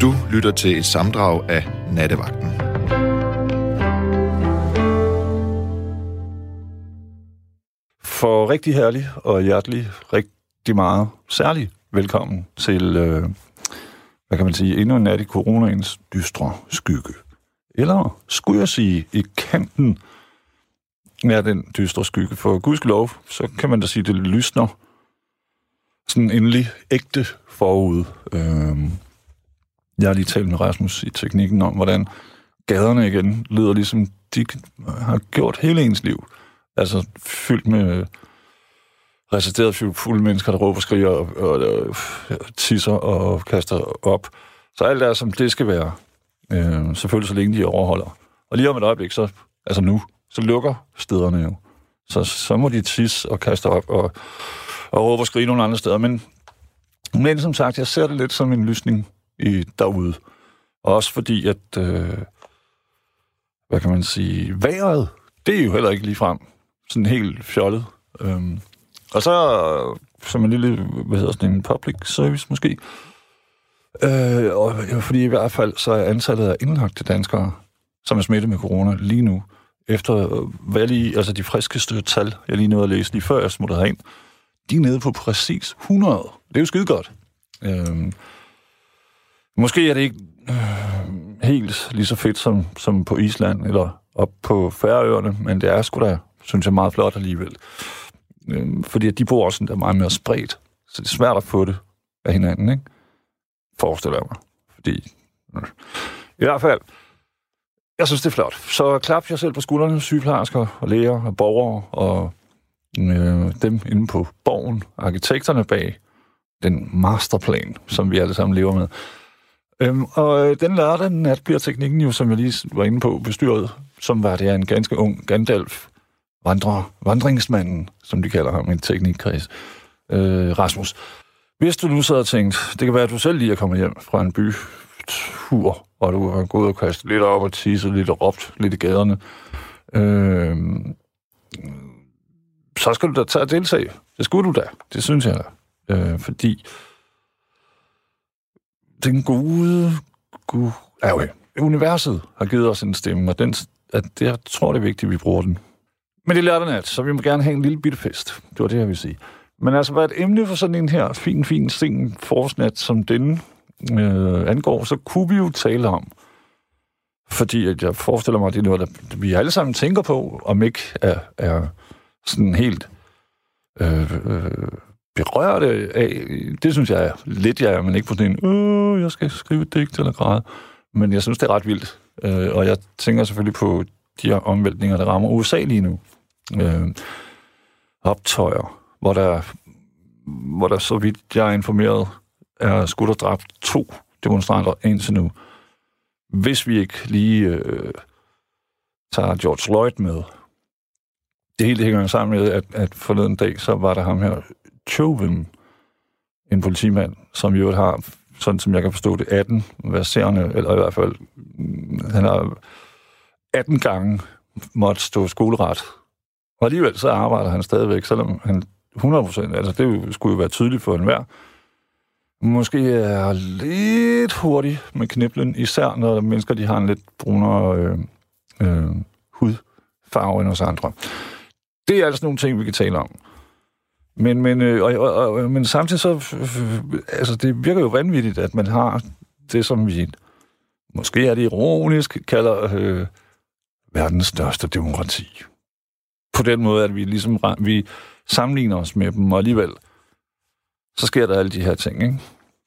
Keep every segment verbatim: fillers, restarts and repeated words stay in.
Du lytter til et sammendrag af Nattevagten. For rigtig herlig og hjertelig, rigtig meget særlig velkommen til, øh, hvad kan man sige, endnu en nat i coronaens dystre skygge. Eller skulle jeg sige, i kanten af den dystre skygge. For gudskelov, så kan man da sige, det lysner sådan endelig ægte forud. Øh, jeg har lige talt med Rasmus i teknikken om, hvordan gaderne igen lyder ligesom de har gjort hele ens liv. Altså fyldt med reciteret fulde mennesker, der råber, skriger og, og, og tisser og kaster op. Så alt er, som det skal være. Øh, selvfølgelig så længe de overholder. Og lige om et øjeblik, så, altså nu, så lukker stederne jo. Så, så må de tisse og kaste op og, og råbe og skrige nogle andre steder. Men, men som sagt, jeg ser det lidt som en lysning i derude. Og også fordi, at, øh, hvad kan man sige, vejret, det er jo heller ikke ligefrem sådan helt fjollet. Øhm, og så, som en lille, hvad hedder sådan en public service måske, øh, og, fordi i hvert fald, så er antallet af indlagte danskere, som er smittet med corona lige nu, efter hvad lige, altså de friskeste tal, jeg lige nåede at læse lige før jeg smuttede herind, de er nede på præcis hundrede. Det er jo skide godt. Øhm, måske er det ikke øh, helt lige så fedt som, som på Island, eller op på Færøerne, men det er sgu da, synes jeg, meget flot alligevel. Øhm, fordi at de bor også der meget mere spredt, så det er svært at få det af hinanden, ikke? Forestiller jeg mig. Fordi, øh. i hvert fald, jeg synes, det er flot. Så klap jer selv på skuldrene, sygeplejersker og læger og borgere, og øh, dem inde på borgen, arkitekterne bag den masterplan, som vi alle sammen lever med. Øhm, og den lørdag nat bliver teknikken jo, som jeg lige var inde på, bestyret, som var det en ganske ung Gandalf, vandrer, vandringsmanden, som de kalder ham, en teknikkreds, øh, Rasmus. Hvis du nu sad og tænkt, det kan være, at du selv lige er kommet hjem fra en bytur, og du har gået og kastet lidt op og tisset lidt og råbt lidt i gaderne, øh, så skal du da tage at deltage. Det skulle du da. Det synes jeg da. Øh, fordi den gode, gode ja, okay. universet har givet os en stemme, og den, at det, jeg tror, det er vigtigt, at vi bruger den. Men det lørdag nat, så vi må gerne have en lille bitte fest. Det var det, jeg ville sige. Men altså, hvad et emne for sådan en her fin, fin, sen forårsnat, som denne øh, angår, så kunne vi jo tale om, fordi at jeg forestiller mig, at det er noget, der vi alle sammen tænker på, om ikke er, er sådan helt øh, øh, berørte af. Det synes jeg er lidt, jeg er, men ikke på sådan en, øh, jeg skal skrive et digt eller græde. Men jeg synes, det er ret vildt. Øh, og jeg tænker selvfølgelig på de her omvæltninger, der rammer U S A lige nu. Øh, optøjer, hvor der, hvor der, så vidt jeg er informeret, er skudt og dræbt to demonstranter indtil nu. Hvis vi ikke lige øh, tager George Floyd med. Det hele hænger sammen med, at, at forleden dag, så var der ham her, Chauvin, en politimand, som jo har, sådan som jeg kan forstå det, atten verserende, eller i hvert fald, han har atten gange måtte stå skoleret. Og alligevel så arbejder han stadigvæk, selvom han hundrede procent, altså det skulle jo være tydeligt for enhver, måske er lidt hurtig med kniblen, især når mennesker, de har en lidt brunere øh, øh, hudfarve end os andre. Det er altså nogle ting, vi kan tale om. Men, men, øh, og, og, og, men samtidig så, øh, altså det virker jo vanvittigt, at man har det, som vi, måske er det ironisk, kalder øh, verdens største demokrati. På den måde, at vi ligesom vi sammenligner os med dem, og alligevel, så sker der alle de her ting, ikke?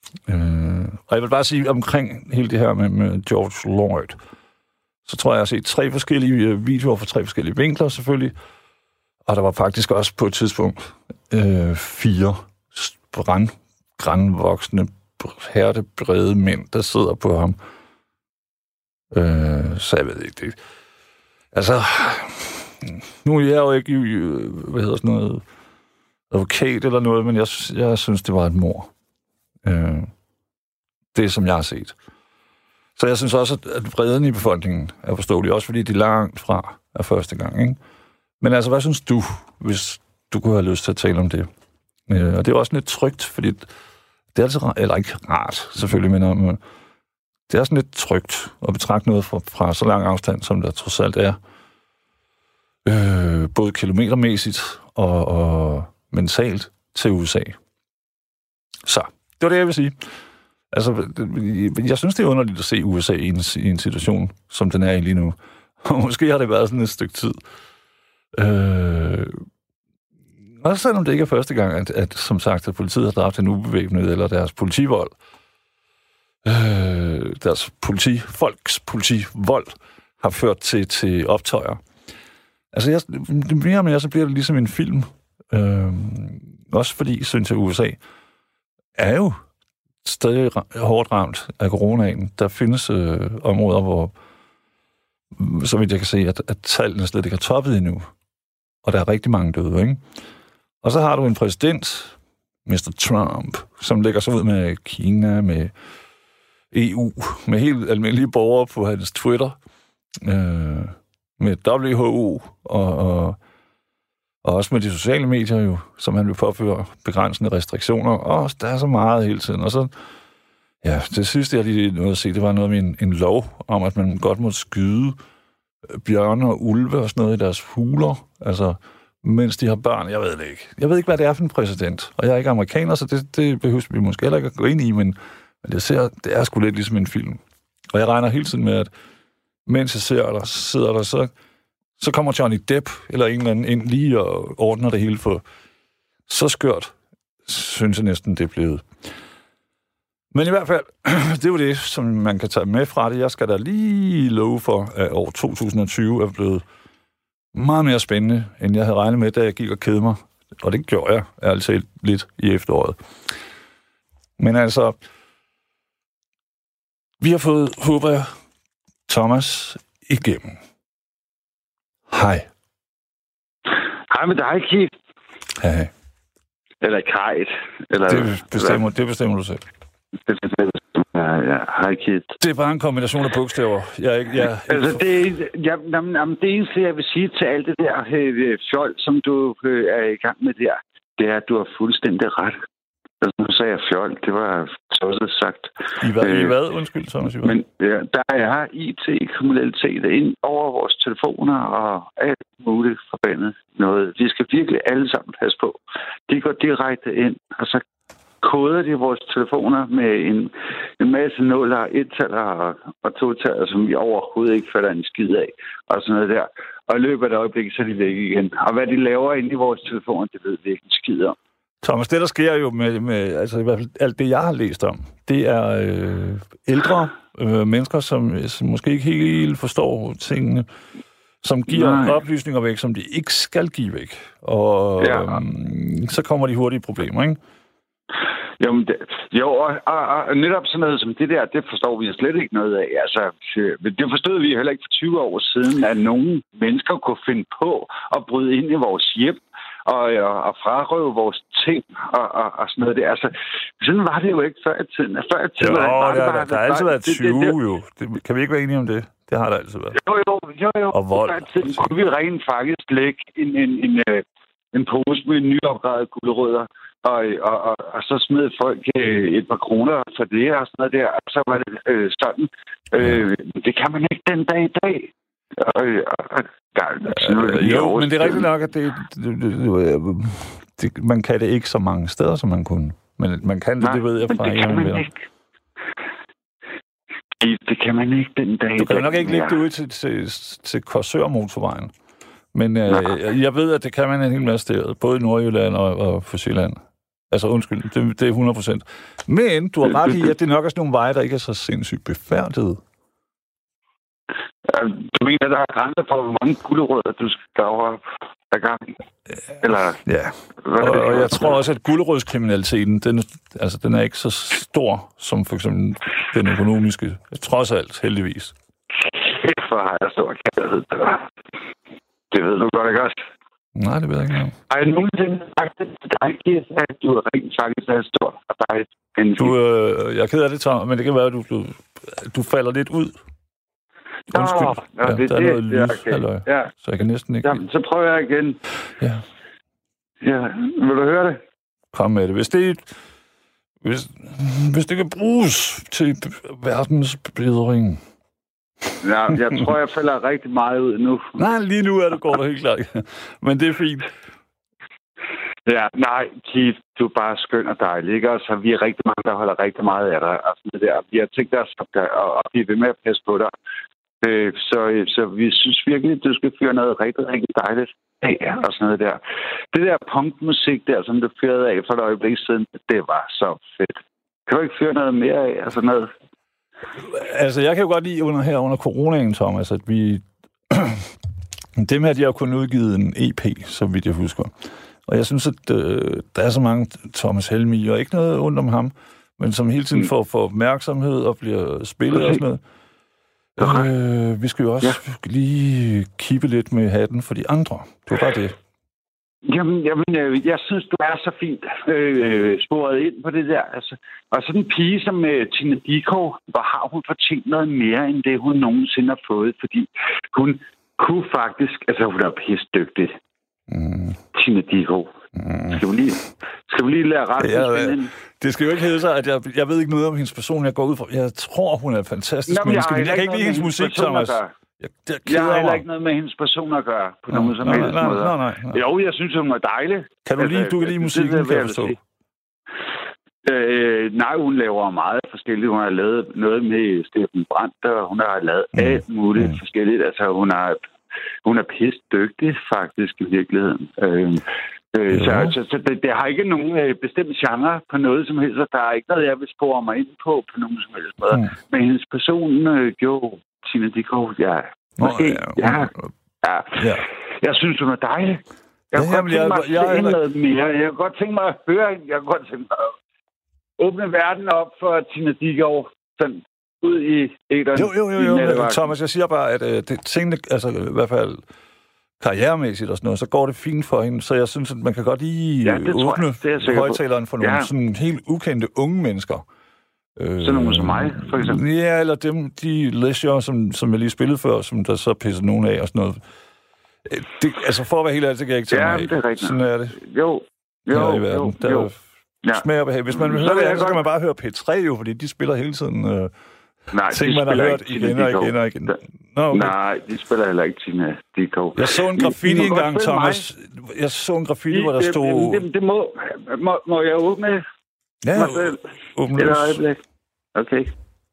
Øh, og jeg vil bare sige, omkring hele det her med, med George Floyd, så tror jeg, jeg har set tre forskellige videoer fra tre forskellige vinkler, selvfølgelig. Og der var faktisk også på et tidspunkt øh, fire brand, grandvoksne, hertebrede mænd, der sidder på ham. Øh, så jeg ved ikke det. Altså, nu er jeg jo ikke, hvad hedder sådan noget, advokat eller noget, men jeg, jeg synes, det var et mord. Øh, det, som jeg har set. Så jeg synes også, at vreden i befolkningen er forståelig, også fordi de er langt fra er første gang, ikke? Men altså, hvad synes du, hvis du kunne have lyst til at tale om det? Øh, og det er også lidt trygt, fordi det er altså, eller ikke rart, selvfølgelig, men om, det er sådan lidt trygt at betragte noget fra, fra så lang afstand, som der trods alt er. Øh, både kilometermæssigt og, og mentalt til U S A. Så, det var det, jeg vil sige. Altså, jeg synes, det er underligt at se U S A i en, i en situation, som den er i lige nu. Og måske har det været sådan et stykke tid. Øh, også selvom det ikke er første gang, at, at som sagt, at politiet har dræbt en ubevæbnet, eller deres politivold, øh, deres politi, folks politivold, har ført til, til optøjer. Altså, jeg, mere og mere, så bliver det ligesom en film. Øh, også fordi, synes jeg, U S A er jo stadig hårdt ramt af coronaen. Der findes øh, områder, hvor, så vidt jeg kan se, at, at tallene slet ikke er toppet endnu. Og der er rigtig mange døde, ikke? Og så har du en præsident, mister Trump, som lægger sig ud med Kina, med E U, med helt almindelige borgere på hans Twitter, øh, med W H O, og, og, og også med de sociale medier jo, som han vil påføre begrænsende restriktioner. Og der er så meget hele tiden. Og så, ja, det sidste, jeg lige nåede at se, det var noget med en, en lov om, at man godt må skyde bjørne og ulve og sådan noget i deres huler, altså mens de har børn. Jeg ved det ikke. Jeg ved ikke, hvad det er for en præsident. Og jeg er ikke amerikaner, så det, det behøver vi måske heller ikke at gå ind i, men, men det, ser, det er sgu lidt ligesom en film. Og jeg regner hele tiden med, at mens jeg ser der, sidder der, så, så kommer Johnny Depp eller en eller anden ind lige og ordner det hele, for så skørt synes jeg næsten, det er blevet. Men i hvert fald, det er jo det, som man kan tage med fra det. Jeg skal da lige love for, at år to tusind og tyve er blevet meget mere spændende, end jeg havde regnet med, da jeg gik og kedede mig. Og det gjorde jeg altså lidt i efteråret. Men altså, vi har fået, håber jeg, Thomas igennem. Hej. Hej med dig, Keith. Hej. Eller Kajt. Eller, det, bestemmer, det bestemmer du selv. Det bestemmer Ja, ja. Hej, Keith. Det er bare en kombination af bogstaver. Jeg er ikke, jeg... Altså, det, jeg, jamen, jamen, det eneste, jeg vil sige til alt det der øh, fjol, som du øh, er i gang med der, det er, at du har fuldstændig ret. Altså, nu sagde jeg fjol. Det var så sagt. I hvad? Øh, I hvad? Undskyld, Thomas. Men ja, der er I T-kriminalitet ind over vores telefoner og alt muligt forbandet noget. Vi skal virkelig alle sammen passe på. De går direkte ind, og så koder de vores telefoner med en, en masse nuller, et-taller og, og to-taller, som vi overhovedet ikke fatter en skid af, og sådan noget der. Og i løbet af et øjeblik, så er de væk igen. Og hvad de laver inde i vores telefoner, det ved vi ikke en skid om. Thomas, det der sker jo med, med altså i hvert fald alt det, jeg har læst om, det er øh, ældre øh, mennesker, som, som måske ikke helt forstår tingene, som giver Nej. oplysninger væk, som de ikke skal give væk. Og ja. øh, så kommer de hurtige problemer, ikke? Jo, det, jo og, og, og netop sådan noget som det der, det forstår vi slet ikke noget af. Altså, det forstod vi heller ikke for tyve år siden, at nogle mennesker kunne finde på at bryde ind i vores hjem og, og, og frarøve vores ting og, og, og sådan noget der. Altså, sådan var det jo ikke før i tiden. Før i tiden jo, var det, der, bare, der, der har altid været tyve, det, det, jo. Det, kan vi ikke være enige om det? Det har der altid været. Jo, jo, jo. jo. Og vold. Før i tiden kunne vi rent faktisk lægge en, en, en, en, en pose med nyopgravede gulerødder, Og, og, og, og så smed folk øh, et par kroner for det og sådan noget der, og så var det øh, sådan. Øh, det kan man ikke den dag i dag. Og, og, og, der, øh, jo, men det er rigtigt nok, at det, det, det, det, man kan det ikke så mange steder, som man kunne. Men man kan det, Nej, det ved jeg fra det kan man ikke. Det, det kan man ikke den dag i dag. Du kan nok ikke lægge det ud til, til, til Korsør-motorvejen. Men øh, jeg ved, at det kan man en hel masse steder, både i Nordjylland og, og på Sjælland. Altså undskyld, det, det er hundrede procent. Men du har ret i, at det nok er sådan nogle veje, der ikke er så sindssygt befærdede. Du mener, der er grænser for, hvor mange gulerødder, du skal over ad gangen? Eller, ja, og, og jeg tror også, at gulerødskriminaliteten, den, altså, den er ikke så stor, som for eksempel den økonomiske. Trods alt, heldigvis. For har jeg stor kærlighed. Det ved du godt, ikke også? Nej, det ved jeg ikke noget. Har jeg nogensinde sagt det til dig, at du er rent faktisk er stor og dig? Du, øh, jeg er ked af det, Tom, men det kan være, at du, du, du falder lidt ud. Undskyld. Nå, ja, ja, det, der er det, noget lyd, okay. halløj, ja. Så jeg kan næsten ikke... Jamen, så prøver jeg igen. Ja. Ja, vil du høre det? Kom med det. Hvis det, Hvis, hvis det kan bruges til verdens bedring. Ja, jeg tror, jeg falder rigtig meget ud nu. Nej, lige nu er det går det helt klart. Men det er fint. Ja, nej, Keith, du er bare skøn og dejlig, ikke? Og så vi er rigtig mange, der holder rigtig meget af dig. Og sådan der. Vi har tænkt os at blive ved med at passe på dig. Så, så vi synes virkelig, at du skal fyre noget rigtig, rigtig dejligt af og sådan noget der. Det der punkmusik der, som du fyrede af for et øjeblik siden, det var så fedt. Kan du ikke fyre noget mere af? Altså noget? Altså, jeg kan jo godt lide under her under coronaen, Thomas, at vi... Dem her, de har jo kun udgivet en E P, så vidt jeg husker. Og jeg synes, at øh, der er så mange Thomas Helmig, og ikke noget ondt om ham, men som hele tiden får, får opmærksomhed og bliver spillet okay. og sådan noget. Øh, vi skal jo også ja. lige kippe lidt med hatten for de andre. Det var bare det. Jamen, jamen øh, jeg synes, du er så fint øh, sporet ind på det der. Altså, og sådan en pige som øh, Tina Dickow, hvor har hun fortjent noget mere, end det hun nogensinde har fået, fordi hun kunne faktisk... Altså, hun er pissdygtig. Mm. Tina Dickow. Mm. Skal vi lige, skal vi lige lære ret? Ja, ja. Det skal jo ikke hedde sig, at jeg, jeg ved ikke noget om hendes person, jeg går ud fra. Jeg tror, hun er et fantastisk Nå, menneske, men jeg kan ikke lide hendes musik, Thomas. Jeg, det jeg har heller ikke noget med hendes person at gøre, på Nå, nogen som nej, helst nej, måde. Nej, nej, nej. Jo, jeg synes, hun er dejlig. Kan du lide, altså, du kan lide musikken, det, det, kan jeg forstå? Øh, nej, hun laver meget forskelligt. Hun har lavet noget med Steffen Brandt, og hun har lavet mm. alt muligt mm. forskelligt. Altså, hun har... Hun er pisse dygtig, faktisk, i virkeligheden. Øh, øh, så så, så det, det har ikke nogen øh, bestemt genre på noget som helst, og der er ikke noget, jeg vil spore mig ind på, på nogen som helst måde. Mm. Men hendes person, øh, jo, Tina Dickow, ja, måske, oh, ja, ja, ja. ja. Jeg synes, hun er dejlig. Jeg ja, kunne godt tænke mig at jeg, jeg, noget mere. Jeg kunne godt tænke mig at høre hende. Jeg kunne godt tænke mig at åbne verden op for Tina Dickow, sådan ud i æderen. Jo, jo, jo, jo. Thomas, jeg siger bare, at øh, det, tingene, altså i hvert fald karrieremæssigt og sådan noget, så går det fint for hende, så jeg synes, at man kan godt lige ja, åbne højtaleren for nogle ja. sådan helt ukendte unge mennesker. Sådan nogle som mig, for eksempel? Ja, eller dem, de leisure, som, som jeg lige spillede før, som der så pisser nogen af og sådan noget. Det, altså for at være helt ærlig, så kan jeg ikke tage ja, mig af. Det er rigtigt. Sådan er det. Jo, jo, i verden. jo, jo. Der ja. smager behag. Hvis man vil høre det, så skal man bare høre P tre jo, fordi de spiller hele tiden... Øh, Nej, ting, man har hørt igen og igen og igen. Nå, okay. Nej, de spiller heller ikke Tina Dickow. Jeg så en graffiti I, engang, Thomas. Mig. Jeg så en graffiti, I, hvor der det, stod... Det, det, det må, må... Må jeg åbne? Ja, åbne et øjeblik. Okay.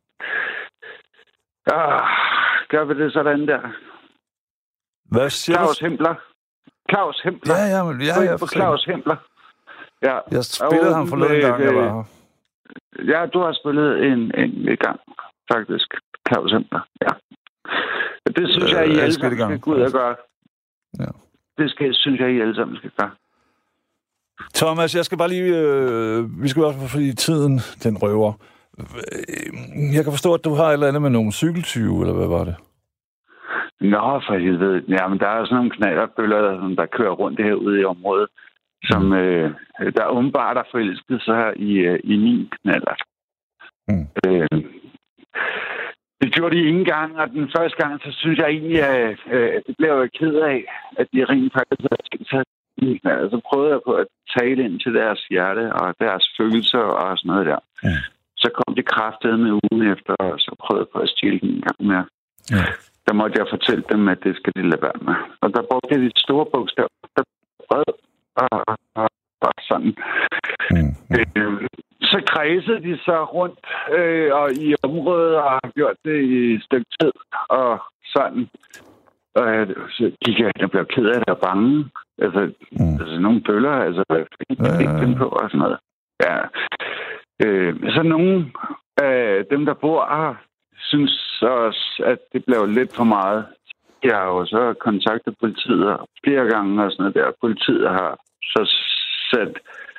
Ah, gør vi det sådan der. Hvad siger Claus du? Hempler. Claus Hempler. Ja, ja, men... Ja, ja, på Claus Hempler. Ja. Jeg spillede ham forleden gang, jeg var her. Ja, du har spillet en, en, en gang, faktisk. Claus Hempler, ja. Det synes øh, jeg, I alle sammen skal gå ud og gøre. Ja. Det skal, synes jeg, I alle sammen skal gøre. Thomas, jeg skal bare lige... Øh, vi skal også fordi tiden, den røver. Jeg kan forstå, at du har et eller andet med nogle cykeltyve, eller hvad var det? Nå, for helvede. Jamen, der er sådan nogle knallerbøller, der, der kører rundt det her ude i området, som mm. øh, der umiddelbart har forelsket sig i, øh, i min knaller. Mm. Øh, det gjorde de ingen gang, og den første gang, så synes jeg egentlig, at øh, det blev jeg ked af, at de rent faktisk havde tænkt sig i min knaller. Så prøvede jeg på at tale ind til deres hjerte og deres følelser og sådan noget der. Mm. Så kom de kraftede med ugen efter, og så prøvede jeg på at stjæle den en gang mere. Ja. Der måtte jeg fortælle dem, at det skal de lade være med. Og der brugte jeg de store bogstaver, der brød og, og, og sådan. Mm. Øh, så kredsede de så rundt øh, og i området og har gjort det i et stykke tid. Og sådan. Og så gik jeg, jeg blev ked af det og bange. Altså, mm. altså nogle bøller, altså, jeg fik ikke dem på og sådan noget. Ja. Øh, så nogle af dem, der bor her, synes også, at det blev lidt for meget. Jeg har jo så kontaktet politiet flere gange og sådan noget der. Politiet har så sat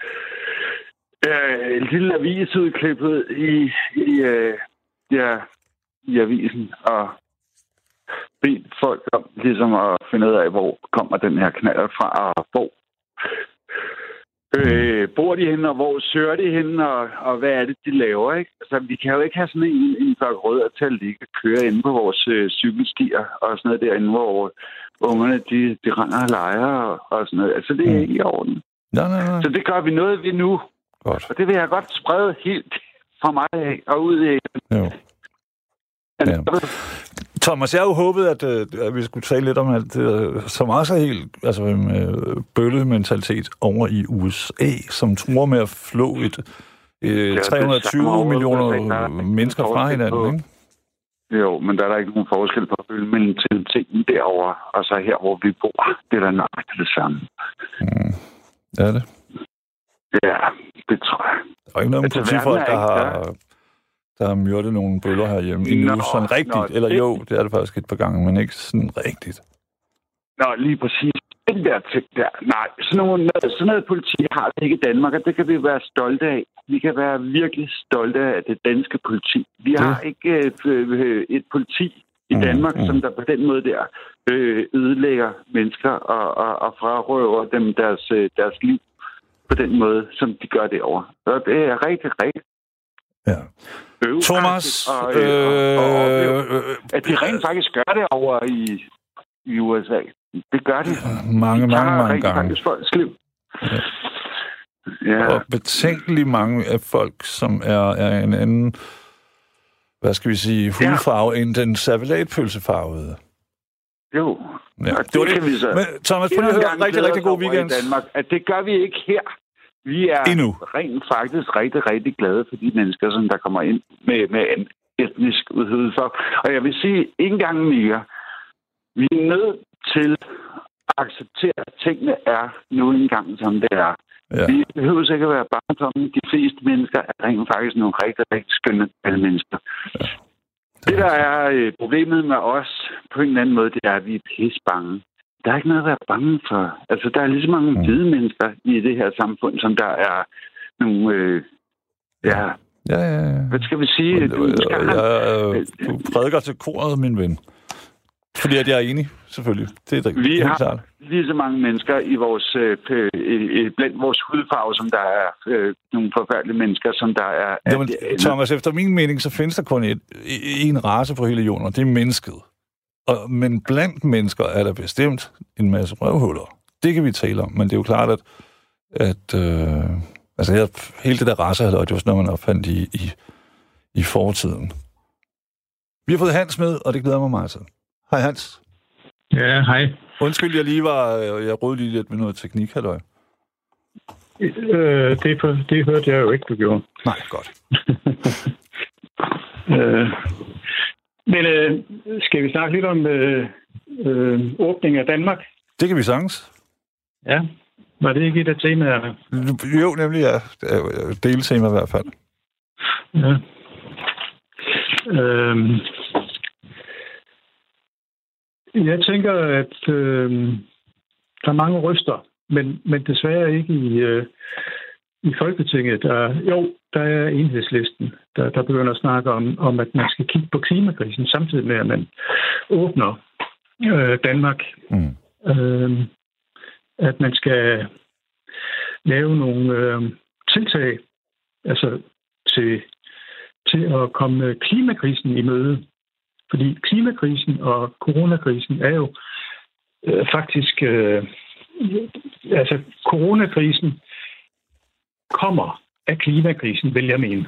øh, et lille avisudklip ud i, i, øh, ja, i avisen og bedt folk om ligesom at finde ud af, hvor kommer den her knald fra, og hvor Øh, bor de henne, og hvor søger de henne, og, og hvad er det, de laver, ikke? Altså, vi kan jo ikke have sådan en, en flok rødder til at ligge og køre inde på vores øh, cykelstier, og sådan noget derinde, hvor ungerne, de, de render og leger, og, og sådan noget. Altså, det er ikke i orden. Nej, nej, nej. Så det gør vi noget ved nu, Godt. Og det vil jeg godt sprede helt fra mig af og ud af. Jo. Ja. Thomas, jeg har jo håbet, at, at vi skulle tale lidt om alt det, som også er helt altså, med bøllementalitet over i U S A, som tror med at flå et øh, tre hundrede og tyve millioner mennesker fra hinanden, ikke? Jo, men der er der ikke nogen forskel på bøllementaliteten derovre, og så her, hvor vi bor. Det er da nøjagtigt det samme. Mm. Er det? Ja, det tror jeg. Der er ikke noget med politifolk, der har... Der har myrdet nogle bøller herhjemme. Endnu nå, sådan rigtigt. Nå, Eller det... jo, det er det faktisk et par gange, men ikke sådan rigtigt. Nå, lige præcis. Den der ting der. Nej, sådan noget, sådan noget politi har det ikke i Danmark, og det kan vi være stolte af. Vi kan være virkelig stolte af det danske politi. Vi det... har ikke øh, et politi i Danmark, mm, mm. som der på den måde der øh, ødelægger mennesker og, og, og frarøver dem deres, deres liv på den måde, som de gør det over. Så det er rigtig, rigtig. Ja. Thomas, og, og, øh, og, og, øh, at de rent faktisk gør det over i, i U S A. Det gør de. Mange, de mange, mange gange. Faktisk folks liv. Ja. Ja. Og betænkeligt mange af folk, som er, er en anden, hvad skal vi sige, hudfarve ja. end den servelatpølsefarvede. Jo. Ja. Det, det var det. Vi så. Men Thomas, prøv at høre, rigtig, rigtig god weekend. Danmark, at det gør vi ikke her. Vi er Endnu. rent faktisk rigtig, rigtig glade for de mennesker, som der kommer ind med, med en etnisk udhed for. Og jeg vil sige, ikke engang mere. Vi er nødt til at acceptere, at tingene er nu engang, som det er. Ja. Vi behøver sikkert at være barnsomme. De fleste mennesker er rent faktisk nogle rigtig, rigtig skønne mennesker. Ja. Det, det, der er øh, problemet med os på en eller anden måde, det er, at vi er pissebange. Der er ikke noget at være bange for. Altså, der er lige så mange mm. hvide mennesker i det her samfund, som der er nogle... Øh, ja, ja, ja, ja. Hvad skal vi sige? Men, du, skal jeg, have... jeg, du prædiker til koret, min ven. Fordi at jeg er enig, selvfølgelig. Det er vi helt har klart. Lige så mange mennesker i vores, øh, øh, blandt vores hudfarve, som der er øh, nogle forfærdelige mennesker, som der er... Jamen, Thomas, efter min mening, så findes der kun et, en race på hele jorden, og det er mennesket. Og, men blandt mennesker er der bestemt en masse røvhuller. Det kan vi tale om, men det er jo klart, at, at øh, altså, jeg, hele det der racehaløj, det var sådan noget, man opfandt i, i, i fortiden. Vi har fået Hans med, og det glæder mig meget til. Hej Hans. Ja, hej. Undskyld, jeg lige var, jeg rød lige lidt med noget teknik, halløj. Øh, det, det hørte jeg jo ikke, du gjorde. Nej, godt. øh, men øh, skal vi snakke lidt om øh, øh, åbning af Danmark? Det kan vi sagtens. Ja, var det ikke et af temaerne? Jo, nemlig ja. Deltema i hvert fald. Ja. Øh, Jeg tænker, at øh, der er mange røster, men, men desværre ikke i, øh, i Folketinget. Der, jo, der er Enhedslisten, der, der begynder at snakke om, om, at man skal kigge på klimakrisen, samtidig med, at man åbner øh, Danmark. Mm. Øh, at man skal lave nogle øh, tiltag altså til, til at komme klimakrisen i møde. Fordi klimakrisen og coronakrisen er jo øh, faktisk... Øh, altså, coronakrisen kommer af klimakrisen, vil jeg mene.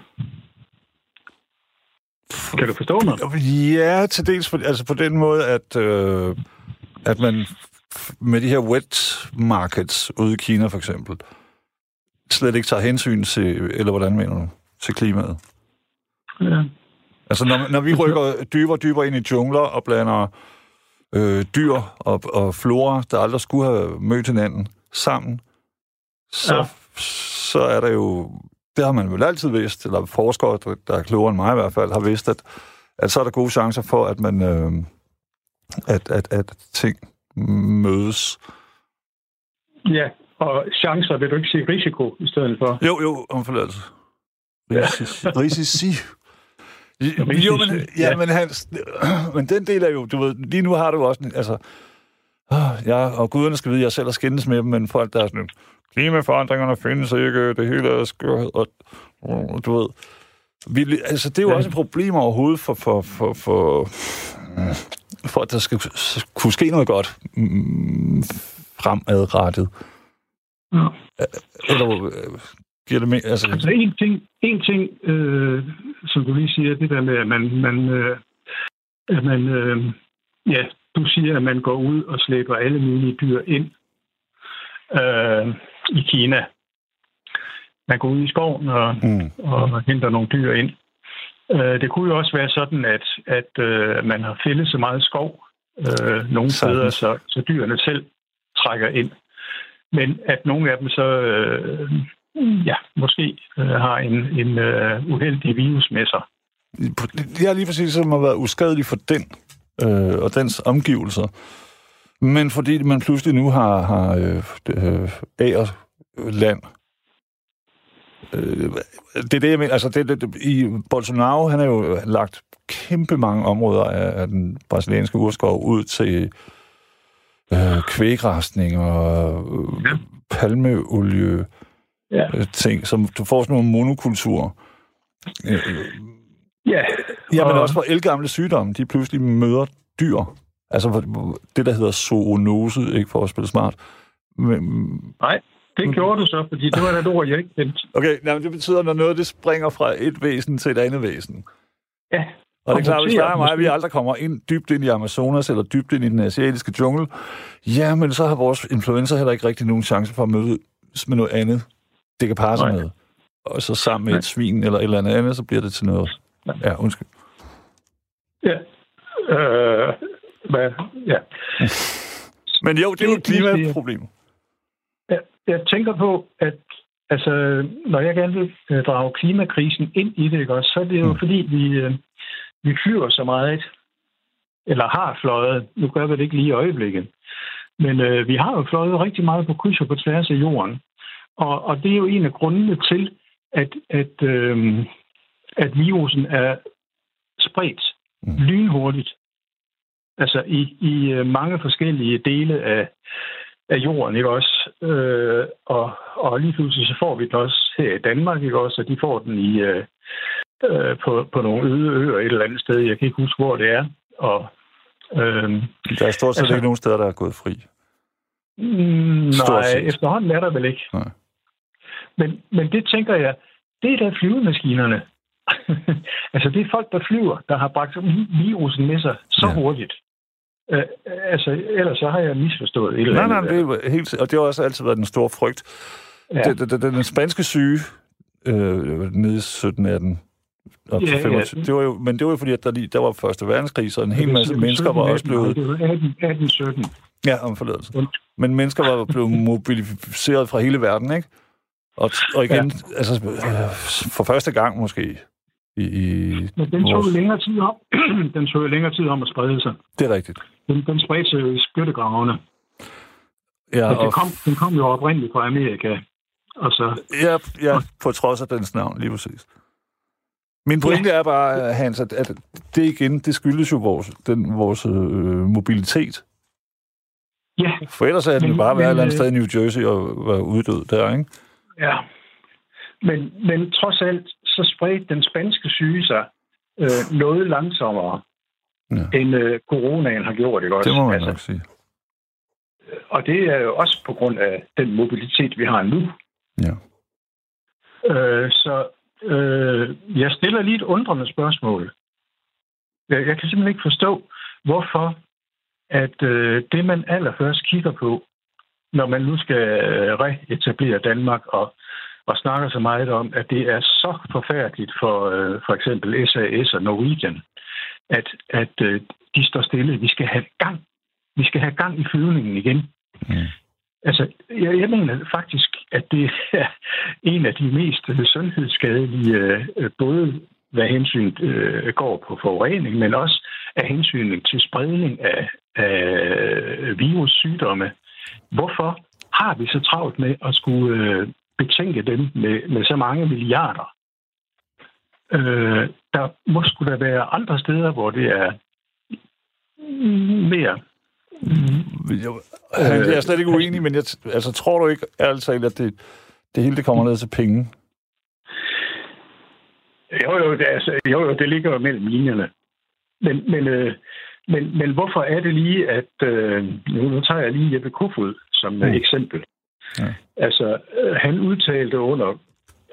Kan du forstå mig? Ja, til dels på, altså på den måde, at, øh, at man med de her wet markets ude i Kina for eksempel, slet ikke tager hensyn til, eller hvordan mener du, til klimaet? Ja. Altså, når, når vi rykker dybere og dybere ind i jungler og blander øh, dyr og, og flora, der aldrig skulle have mødt hinanden sammen, så, ja. så er der jo... Det har man vel altid vidst, eller forskere, der er klogere end mig i hvert fald, har vidst, at, at så er der gode chancer for, at man øh, at, at, at ting mødes. Ja, og chancer vil du ikke sige risiko i stedet for? Jo, jo, om forladelse. Risici. Risici. Jo, men, ja, ja. men Hans, men den del er jo, du ved, lige nu har du også, altså, ja, og guderne skal vide, jeg selv har skændes med dem, men folk, der er sådan, klimaforandringerne findes ikke, det hele er skørhed, og, og du ved, vi, altså, det er jo ja. også et problem overhovedet for, for, for, for, for at der skal kunne ske noget godt mm, fremadrettet. Ja. Eller, Giver det med, altså... altså en ting, en ting øh, som du lige siger, det der med, at man, man, øh, at man øh, ja, du siger, at man går ud og slæber alle mulige dyr ind øh, i Kina. Man går ud i skoven og, mm. og henter nogle dyr ind. Øh, det kunne jo også være sådan, at, at øh, man har fældet så meget skov øh, nogle steder, så, så dyrene selv trækker ind. Men at nogle af dem så øh, ja, måske øh, har en, en øh, uheldig virus med sig. Det er lige præcis, som har været uskadelig for den øh, og dens omgivelser. Men fordi man pludselig nu har, har øh, øh, agerland. Øh, det er det, jeg mener. Altså, det, det, i Bolsonaro, han har jo lagt kæmpe mange områder af, af den brasilianske urskov ud til øh, kvægrastning og øh, ja. palmeolie ja. øh, ting, som du får sådan nogle monokulturer. Øh, ja. Ja, men også for elgamle sygdomme, de pludselig møder dyr. Altså det, der hedder zoonose, ikke for at spille smart. Men, nej, det men, gjorde du så, fordi det var et ord, jeg ikke kendte. Okay, jamen, det betyder, når noget det springer fra et væsen til et andet væsen. Ja. Og det er klart, hvis der er mig, at vi aldrig kommer ind dybt ind i Amazonas eller dybt ind i den asiatiske jungle, ja, men så har vores influencer heller ikke rigtig nogen chance for at møde med noget andet, det kan passe med. Og så sammen med Nej. et svin eller et eller andet andet, så bliver det til noget. Ja, undskyld. Ja. Øh, hvad? Ja. Men jo, det er jo et klimaproblem. Jeg, jeg tænker på, at altså, når jeg gerne vil uh, drage klimakrisen ind i det, ikke også, så er det jo mm. fordi, vi, uh, vi flyver så meget, eller har fløjet. Nu gør vi det ikke lige i øjeblikket. Men uh, vi har jo fløjet rigtig meget på kryds og på tværs af jorden. Og, og det er jo en af grundene til, at, at, uh, at virusen er spredt mm. lynhurtigt. Altså i, i mange forskellige dele af, af jorden, ikke også? Øh, og, og lige pludselig så får vi den også her i Danmark, ikke også? Og de får den i, øh, på, på nogle øde øer et eller andet sted. Jeg kan ikke huske, hvor det er. Og, øh, der er stort set altså, ikke nogen steder, der er gået fri. Mm, nej, efterhånden er der vel ikke. Nej. Men, men det tænker jeg, det er da flyvemaskinerne. Altså det er folk, der flyver, der har bragt virusen med sig så ja. hurtigt. Uh, altså, ellers så har jeg misforstået et eller andet. Nej, nej, det er helt, og det har også altid været den store frygt. Ja. Den, den, den spanske syge øh, nede i sytten atten op til ja, femogtyve, ja. Det var jo, men det var jo fordi, at der, lige, der var første verdenskrig, så en hel masse mennesker var også blevet... Det var atten sytten. Ja, om forladelse. Men mennesker var blevet mobiliseret fra hele verden, ikke? Og, og igen, ja. altså for første gang måske... I, i Men den tog vores... længere tid om. den tog længere tid om at sprede sig. Det er rigtigt. Den, den spredte sig jo i skyttegravene. Ja, og... den, kom, den kom jo oprindeligt fra Amerika. Og så... Ja, ja, på trods af dens navn, lige præcis. Min pointe ja. er bare, Hans, at, at det igen, det skyldes jo vores, den, vores øh, mobilitet. Ja. For ellers er den jo bare været et eller andet sted i New Jersey og være uddød der, ikke? Ja. Men, men trods alt, så spredte den spanske syge sig øh, noget langsommere, ja. end øh, coronaen har gjort. Ikke også? Det må man altså, nok sige. Og det er jo også på grund af den mobilitet, vi har nu. Ja. Øh, så øh, jeg stiller lige et undrende spørgsmål. Jeg, jeg kan simpelthen ikke forstå, hvorfor at øh, det, man allerførst kigger på, når man nu skal reetablere Danmark og og snakker så meget om, at det er så forfærdeligt for øh, for eksempel S A S og Norwegian, at, at øh, de står stille. Vi skal have gang. Vi skal have gang i flyvningen igen. Mm. Altså, jeg, jeg mener faktisk, at det er en af de mest sundhedsskadelige, øh, både hvad hensyn øh, går på forurening, men også af hensyn til spredning af, af virussygdomme. Hvorfor har vi så travlt med at skulle... Øh, betænke dem med, med så mange milliarder. Øh, der må sgu da være andre steder, hvor det er mere... Jeg, jeg er slet ikke uenig, men jeg, altså, tror du ikke ærligt talt, at det, det hele det kommer ned til penge? Jo, jo, det, altså, jo, jo, det ligger jo mellem linjerne. Men, men, øh, men, men hvorfor er det lige, at... Øh, nu, nu tager jeg lige Jeppe Kofod som mm. eksempel. Ja. Altså, han udtalte under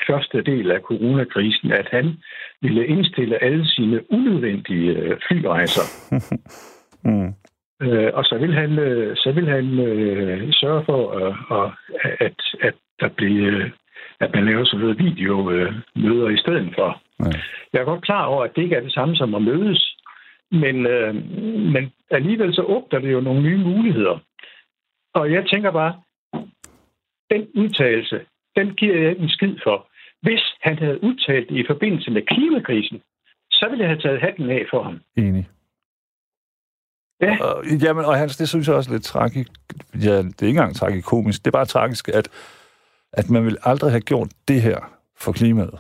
første del af coronakrisen, at han ville indstille alle sine unødvendige øh, flyrejser. mm. øh, og så vil han, øh, så vil han øh, sørge for, øh, at, at, der bliver, at man laver sådan noget videomøder i stedet for. Mm. Jeg er godt klar over, at det ikke er det samme som at mødes, men, øh, men alligevel så åbner det jo nogle nye muligheder. Og jeg tænker bare, den udtalelse, den giver jeg ikke en skid for. Hvis han havde udtalt det i forbindelse med klimakrisen, så ville jeg have taget hatten af for ham. Enig. Ja. Og, jamen, og Hans, det synes jeg også er lidt tragisk. Ja, det er ikke engang tragikomisk. Det er bare tragisk, at, at man ville aldrig have gjort det her for klimaet.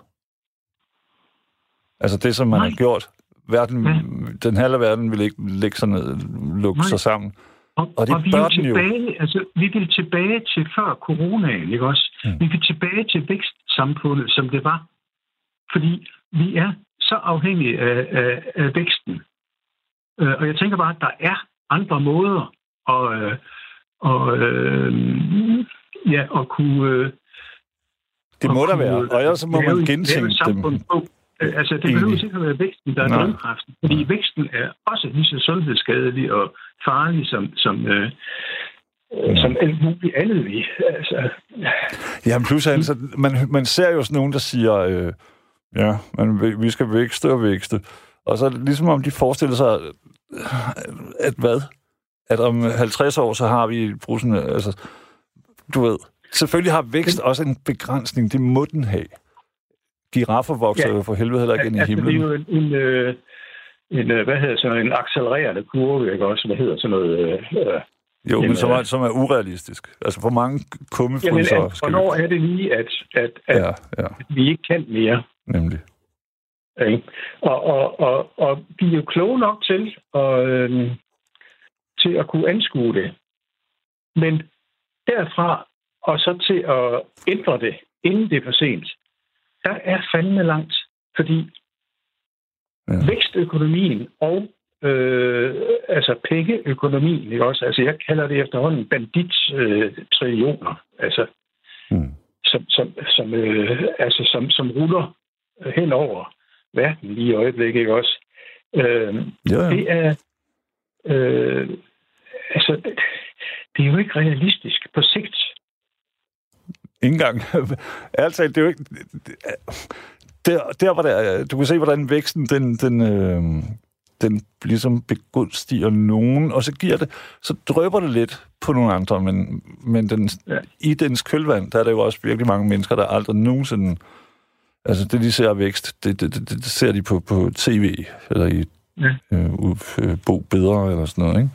Altså det, som man Nej. har gjort. Verden, ja. Den halve verden ville ikke lægge sig ned, lukke Nej. sig sammen. Og, og, det og vi, er tilbage, altså, vi vil tilbage til før coronaen, ikke også? Mm. Vi vil tilbage til vækstsamfundet, som det var. Fordi vi er så afhængige af, af, af væksten. Uh, og jeg tænker bare, at der er andre måder at, uh, og, uh, ja, at kunne... Uh, det må der være, og ellers må man gentænke dem. På. Altså, det behøver ikke at være væksten, der er drivkraften. Fordi Nej. væksten er også lige så sundhedsskadelig og farlig som, som, øh, ja. som alt muligt andet. Vi. Altså, ja, plus altså, man, man ser jo sådan nogen, der siger, øh, ja, man, vi skal vækste og vækste. Og så ligesom om de forestiller sig, at hvad? At om halvtreds år, så har vi brusen, altså, du ved, selvfølgelig har vækst også en begrænsning, det må den have. Giraffer vokser ja. jo for helvede heller ikke ind i himlen. Det er jo en, en, øh, en, hvad hedder sådan en accelererende kurve, ikke også? Hvad hedder sådan noget? Øh, jo, en, men som er, øh, som er urealistisk. Altså, for mange kummefryser... Jamen, hvornår vi... er det lige, at, at, at, ja, ja. at vi ikke kan mere? Nemlig. Okay. Og, og, og, og vi er jo kloge nok til at, øh, til at kunne anskue det. Men derfra og så til at ændre det, inden det er for sent, der er fandme langt, fordi ja. vækstøkonomien og øh, altså pengeøkonomien, ikke også? Altså jeg kalder det efterhånden bandittrillioner, øh, altså mm. som som som øh, altså som som ruller hen over verden lige i øjeblikket, ikke også? Øh, ja, ja. Det er øh, altså det, det er jo ikke realistisk på sigt. Ingen gang. Altså, det er jo ikke... Der, der var der... Du kan se, hvordan væksten, den, den, øh, den ligesom begunstiger nogen, og så giver det... Så drøber det lidt på nogle andre, men, men den, ja. i dens kølvand, der er der jo også virkelig mange mennesker, der aldrig nogensinde... Altså, det de ser af vækst, det, det, det, det ser de på, på tv, eller i ja. øh, Bo Bedre, eller sådan noget, ikke?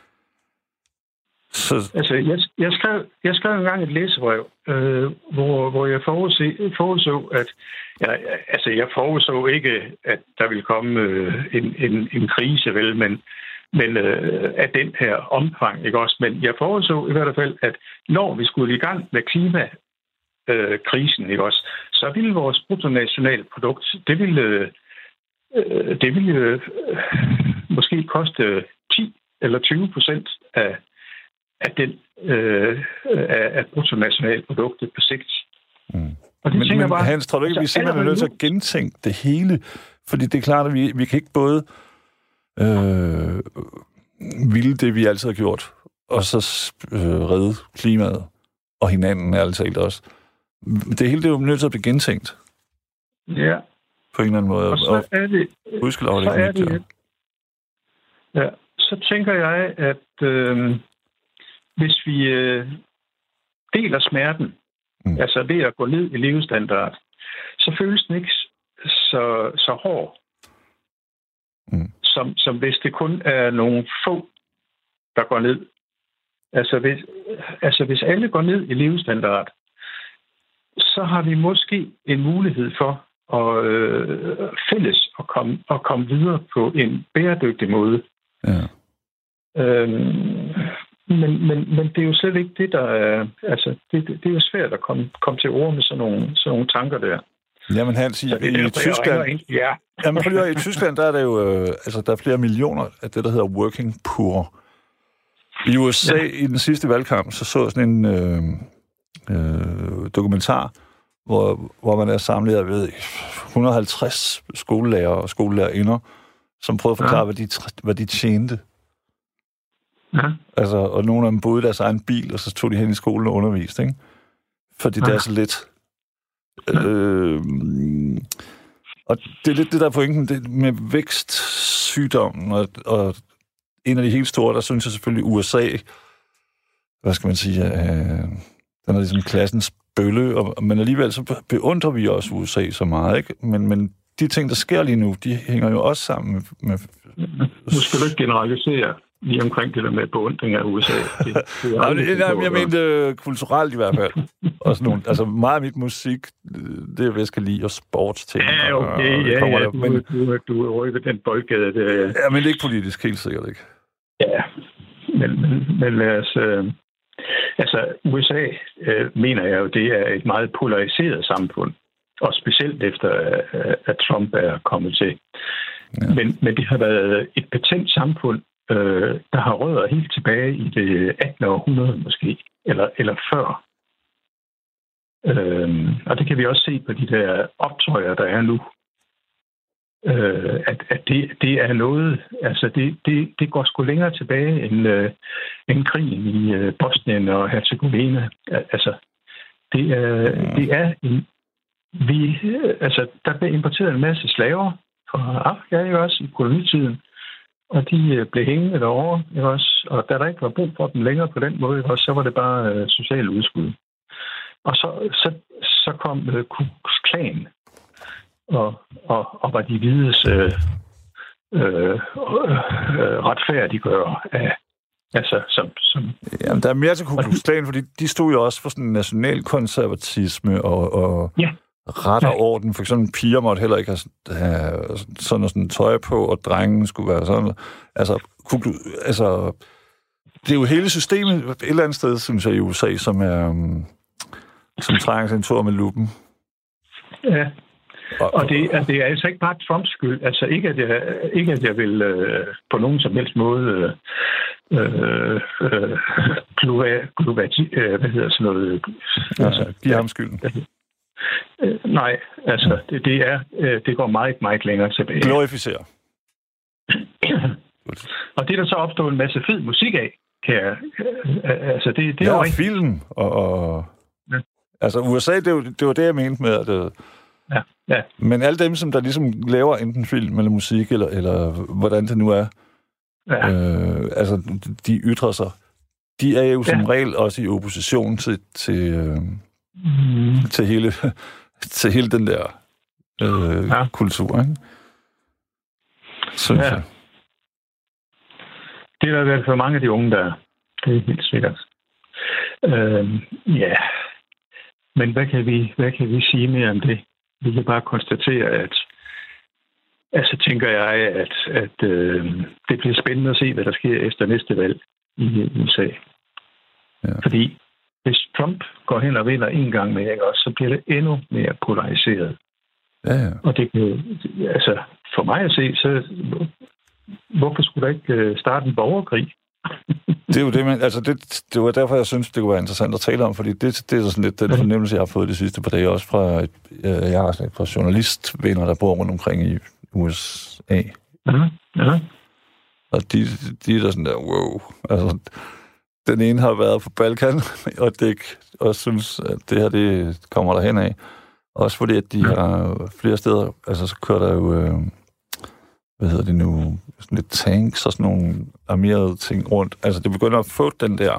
Så... Altså, jeg, jeg, skrev, jeg skrev engang et læsebrev, øh, hvor, hvor jeg forudse, forudså, at ja, altså, jeg forudså ikke, at der ville komme øh, en, en, en krise, vel, men, men øh, af den her omfang, ikke også? Men jeg forudså i hvert fald, at når vi skulle i gang med klimakrisen, øh, ikke også, så ville vores bruttonationalprodukt, det ville, øh, det ville øh, måske koste ti eller tyve procent af af den øh, af, af bruttonationalproduktet på sigt. Mm. Og det men, men bare, Hans, tror du ikke, altså, vi simpelthen er nødt til at gentænke det hele? Fordi det er klart, at vi, vi kan ikke både øh, ville det, vi altid har gjort, og så øh, redde klimaet og hinanden, ærligt talt også. Det hele det er jo nødt til at blive gentænkt. Ja. På en eller anden måde. Og så er det... Hudskelov, det er det, ja, så tænker jeg, at øh, hvis vi øh, deler smerten, mm. altså ved at gå ned i levestandard, så føles den ikke så, så hård, mm. som, som hvis det kun er nogle få, der går ned. Altså hvis, altså hvis alle går ned i levestandard, så har vi måske en mulighed for at øh, fælles og komme, og komme videre på en bæredygtig måde. Ja. Øhm, men, men, men det er jo slet ikke det, der er... Altså, det, det er jo svært at komme, komme til ord med sådan nogle, sådan nogle tanker der. Jamen Hans, i, i, i Tyskland... Ja. Jamen, fordi i Tyskland, der er der jo... Øh, altså, der er flere millioner af det, der hedder working poor. I U S A, ja. I den sidste valgkamp, så så jeg sådan en øh, øh, dokumentar, hvor, hvor man er samlet, jeg ved, et hundrede og halvtreds skolelærer og skolelærerinder, som prøvede at forklare, ja. hvad, de, hvad de tjente. Ja. Altså, og nogle af dem boede i deres egen bil, og så tog de hen i skolen og underviste, ikke? Fordi ja. det er så lidt. Ja. Øh, og det er lidt det, der er pointen det med vækstsygdommen, og, og en af de helt store, der synes jeg selvfølgelig U S A, hvad skal man sige, øh, den er ligesom klassens bølle, og, men alligevel så beundrer vi også U S A så meget, ikke? Men, men de ting, der sker lige nu, de hænger jo også sammen med... med nu skal du ikke generalisere lige omkring det der med beundring af U S A. Det, det nej, det, nej, jeg mente uh, kulturelt i hvert fald. Og sådan nogle, altså meget af mit musik, det er, hvad jeg skal lide, og sportsting. Ja, okay, og, ja, ja, der, men, du, du, du er rykket den boldgade. Det, ja, men det er ikke politisk, helt sikkert ikke. Ja, men, men, men lad os... Øh, altså, U S A, øh, mener jeg jo, det er et meget polariseret samfund. Og specielt efter, at Trump er kommet til. Ja. Men, men det har været et patent samfund, øh, der har rødder helt tilbage i det attende århundrede måske, eller, eller før. Øh, og det kan vi også se på de der optøjer, der er nu. Øh, at at det, det er noget, altså det, det, det går sgu længere tilbage end, øh, end krigen i øh, Bosnien og Herzegovina. Altså, det er, det er en Vi, altså, der blev importeret en masse slaver fra Afrika, ikke også, i kolonitiden. Og de blev hængende derovre, ikke også. Og da der ikke var brug for dem længere på den måde, ikke også, så var det bare uh, socialt udskud. Og så, så, så kom uh, Ku Klux Klan, og, og, og var de hvides uh, uh, uh, retfærdiggør af, altså, som... som Jamen, der er mere til Ku Klux Klan, fordi de stod jo også for sådan nationalkonservatisme og... og... Ja. Ret og orden. For eksempel piger måtte heller ikke have, have sådan og sådan tøj på, og drengen skulle være sådan. Altså, kunne, altså, det er jo hele systemet et eller andet sted, synes jeg, i U S A, som er um, som trænger sig en tur med lupen. Ja, og, og det, altså, det er altså ikke bare Trumps skyld. Altså ikke, at jeg, ikke, at jeg vil øh, på nogen som helst måde øh, øh, globati, øh, hvad hedder sådan noget? Altså, ja, giv ham skylden. Øh, nej, altså, det, det er øh, det går meget, meget længere tilbage. Glorificere. Og det er der så opstået en masse fed musik af, kan jeg, øh, altså, det, det ja, er jo ikke... film, og, og... Ja. Altså, U S A, det var det, var det jeg mente med, at... Det... Ja, ja. Men alle dem, som der ligesom laver enten film eller musik, eller, eller hvordan det nu er, ja. øh, altså, de ytrer sig, de er jo som ja. regel også i opposition til... til øh... Mm. Til, hele, til hele den der øh, ja. kultur, ikke? Synes ja. jeg. Det er vel for mange af de unge, der det er helt sikkert. Øh, ja. Men hvad kan, vi, hvad kan vi sige mere om det? Vi kan bare konstatere, at altså tænker jeg, at, at øh, det bliver spændende at se, hvad der sker efter næste valg i U S A. Ja. Fordi hvis Trump går hen og vinder en gang med, ikke også, så bliver det endnu mere polariseret. Ja, ja. Og det kan altså for mig at se, så hvorfor skulle der ikke starte en borgerkrig? Det er jo det, men altså det, det var derfor, jeg synes, det kunne være interessant at tale om, fordi det, det er sådan lidt den fornemmelse, jeg har fået de sidste par dage, også fra, et, jeg har sådan et par journalistvenner, der bor rundt omkring i U S A. Ja, ja. Og de, de er der sådan der, wow, altså... Den ene har været på Balkan, og det og synes, at det her, det kommer der hen af. Også fordi, at de har flere steder, altså så kører der jo, øh, hvad hedder det nu, sådan lidt tanks og sådan nogle armerede ting rundt. Altså det begynder at få den der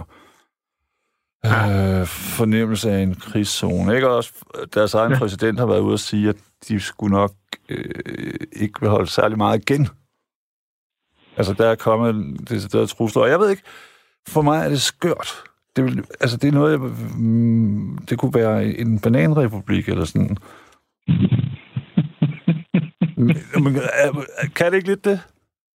øh, fornemmelse af en krigszone. Ikke også? Deres egen ja. præsident har været ude at sige, at de skulle nok øh, ikke vil holde særlig meget igen. Altså der er kommet det der trusler, og jeg ved ikke, for mig er det skørt. Det, vil, altså, det er noget, jeg, mm, det kunne være en bananrepublik eller sådan. Men, kan det ikke lidt det?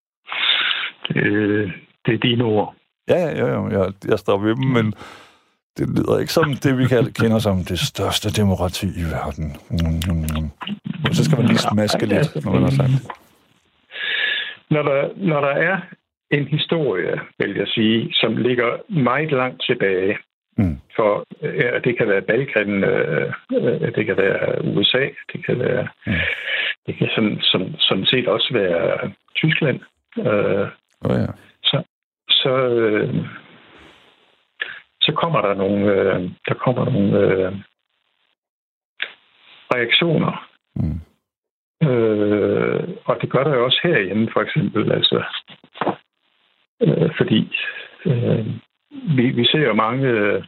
Det, det er dine ord. Ja, ja, ja. Jeg, jeg står ved dem, men det lyder ikke som det, vi kender som det største demokrati i verden. Mm, mm. Og så skal man lige smaske lidt, når man har sagt det. Når der, når der er en historie, vil jeg sige, som ligger meget langt tilbage, Mm. For ja, det kan være Balkan, øh, det kan være U S A, det kan være mm. det kan sådan, sådan, sådan set også være Tyskland. Øh, oh, ja. Så så, øh, så kommer der nogle øh, der kommer nogle øh, reaktioner. Mm. Øh, og det gør der jo også herhjemme, for eksempel, altså øh, fordi øh, vi, vi ser jo mange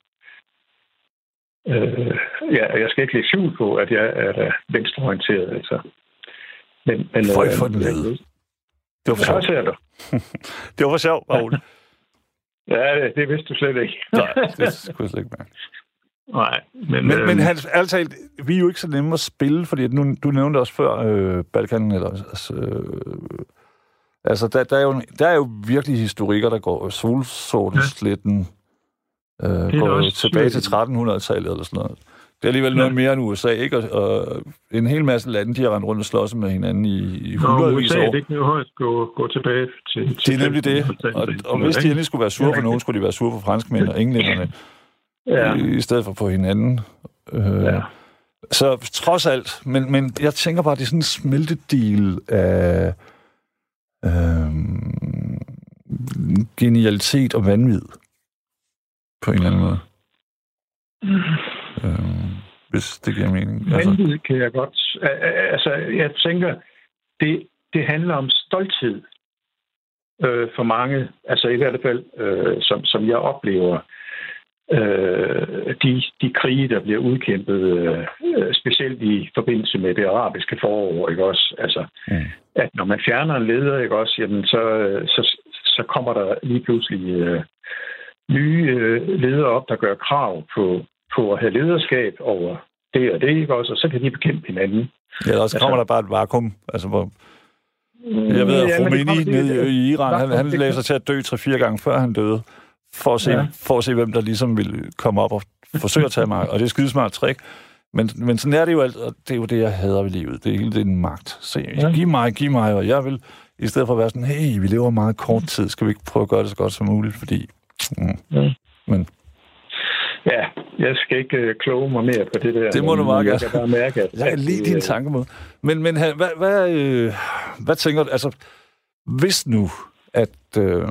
øh, ja, jeg skal ikke lægge skjul på, at jeg er da venstreorienteret, altså. Men, men Føj for den led. Det var for sjovt. Ja, det var for sjovt, Paul. Ja, det, det vidste du slet ikke. Nej, det skulle jeg slet ikke mærke. Nej, men... Men, øh, men Hans, altid, vi er jo ikke så nemme at spille, fordi nu, du nævnte også før øh, Balkan, eller... Altså, øh, altså der, der, er jo, der er jo virkelig historikker, der går solsortensletten, ja. øh, går også tilbage til trettenhundredetallet eller sådan noget. Det er alligevel ja. noget mere end U S A, ikke? Og, og en hel masse lande, de har rendt rundt og slås med hinanden i, i hundredvis af år. U S A, det kan jo højst gå, gå tilbage til... til det er nemlig det, og, og hvis de endelig skulle være sure for nogen, skulle de være sure for franskmænd og englænderne. Ja. I, I stedet for på hinanden. Øh, ja. Så trods alt, men, men jeg tænker bare, det er sådan en smeltedil af øh, genialitet og vanvid. På en eller anden måde. Mm. Øh, hvis det giver mening. Vanvid kan jeg godt... Altså, jeg tænker, det, det handler om stolthed øh, for mange. Altså i hvert fald, øh, som, som jeg oplever, Øh, de, de krige, der bliver udkæmpet, øh, specielt i forbindelse med det arabiske forår, ikke også? Altså, mm. at når man fjerner en leder, ikke også, jamen, så, så, så kommer der lige pludselig øh, nye øh, ledere op, der gør krav på, på at have lederskab over det og det, ikke også? Og så kan de bekæmpe hinanden. Ja, og så altså, kommer der bare et vakuum, altså hvor... Jeg ved, at ja, Khomeini nede i Iran, han, han lagde sig til at dø tre-fire gange, før han døde. For at, se, ja. for at se, hvem der ligesom vil komme op og forsøge at tage mig. Og det er et skidesmart trick. Men, men sådan er det jo alt, og det er jo det, jeg hader ved livet. Det er hele den magt. Så ja. giv mig, giv mig, og jeg vil, i stedet for at være sådan, hey, vi lever meget kort tid, skal vi ikke prøve at gøre det så godt som muligt, fordi... Mm. Ja. Men... Ja, jeg skal ikke uh, kloge mig mere på det der. Det må du meget gerne. Jeg kan bare mærke, at... Jeg kan lide din tankemåde. Men, men hvad, hvad, øh, hvad tænker du? Altså, hvis nu, at... Øh,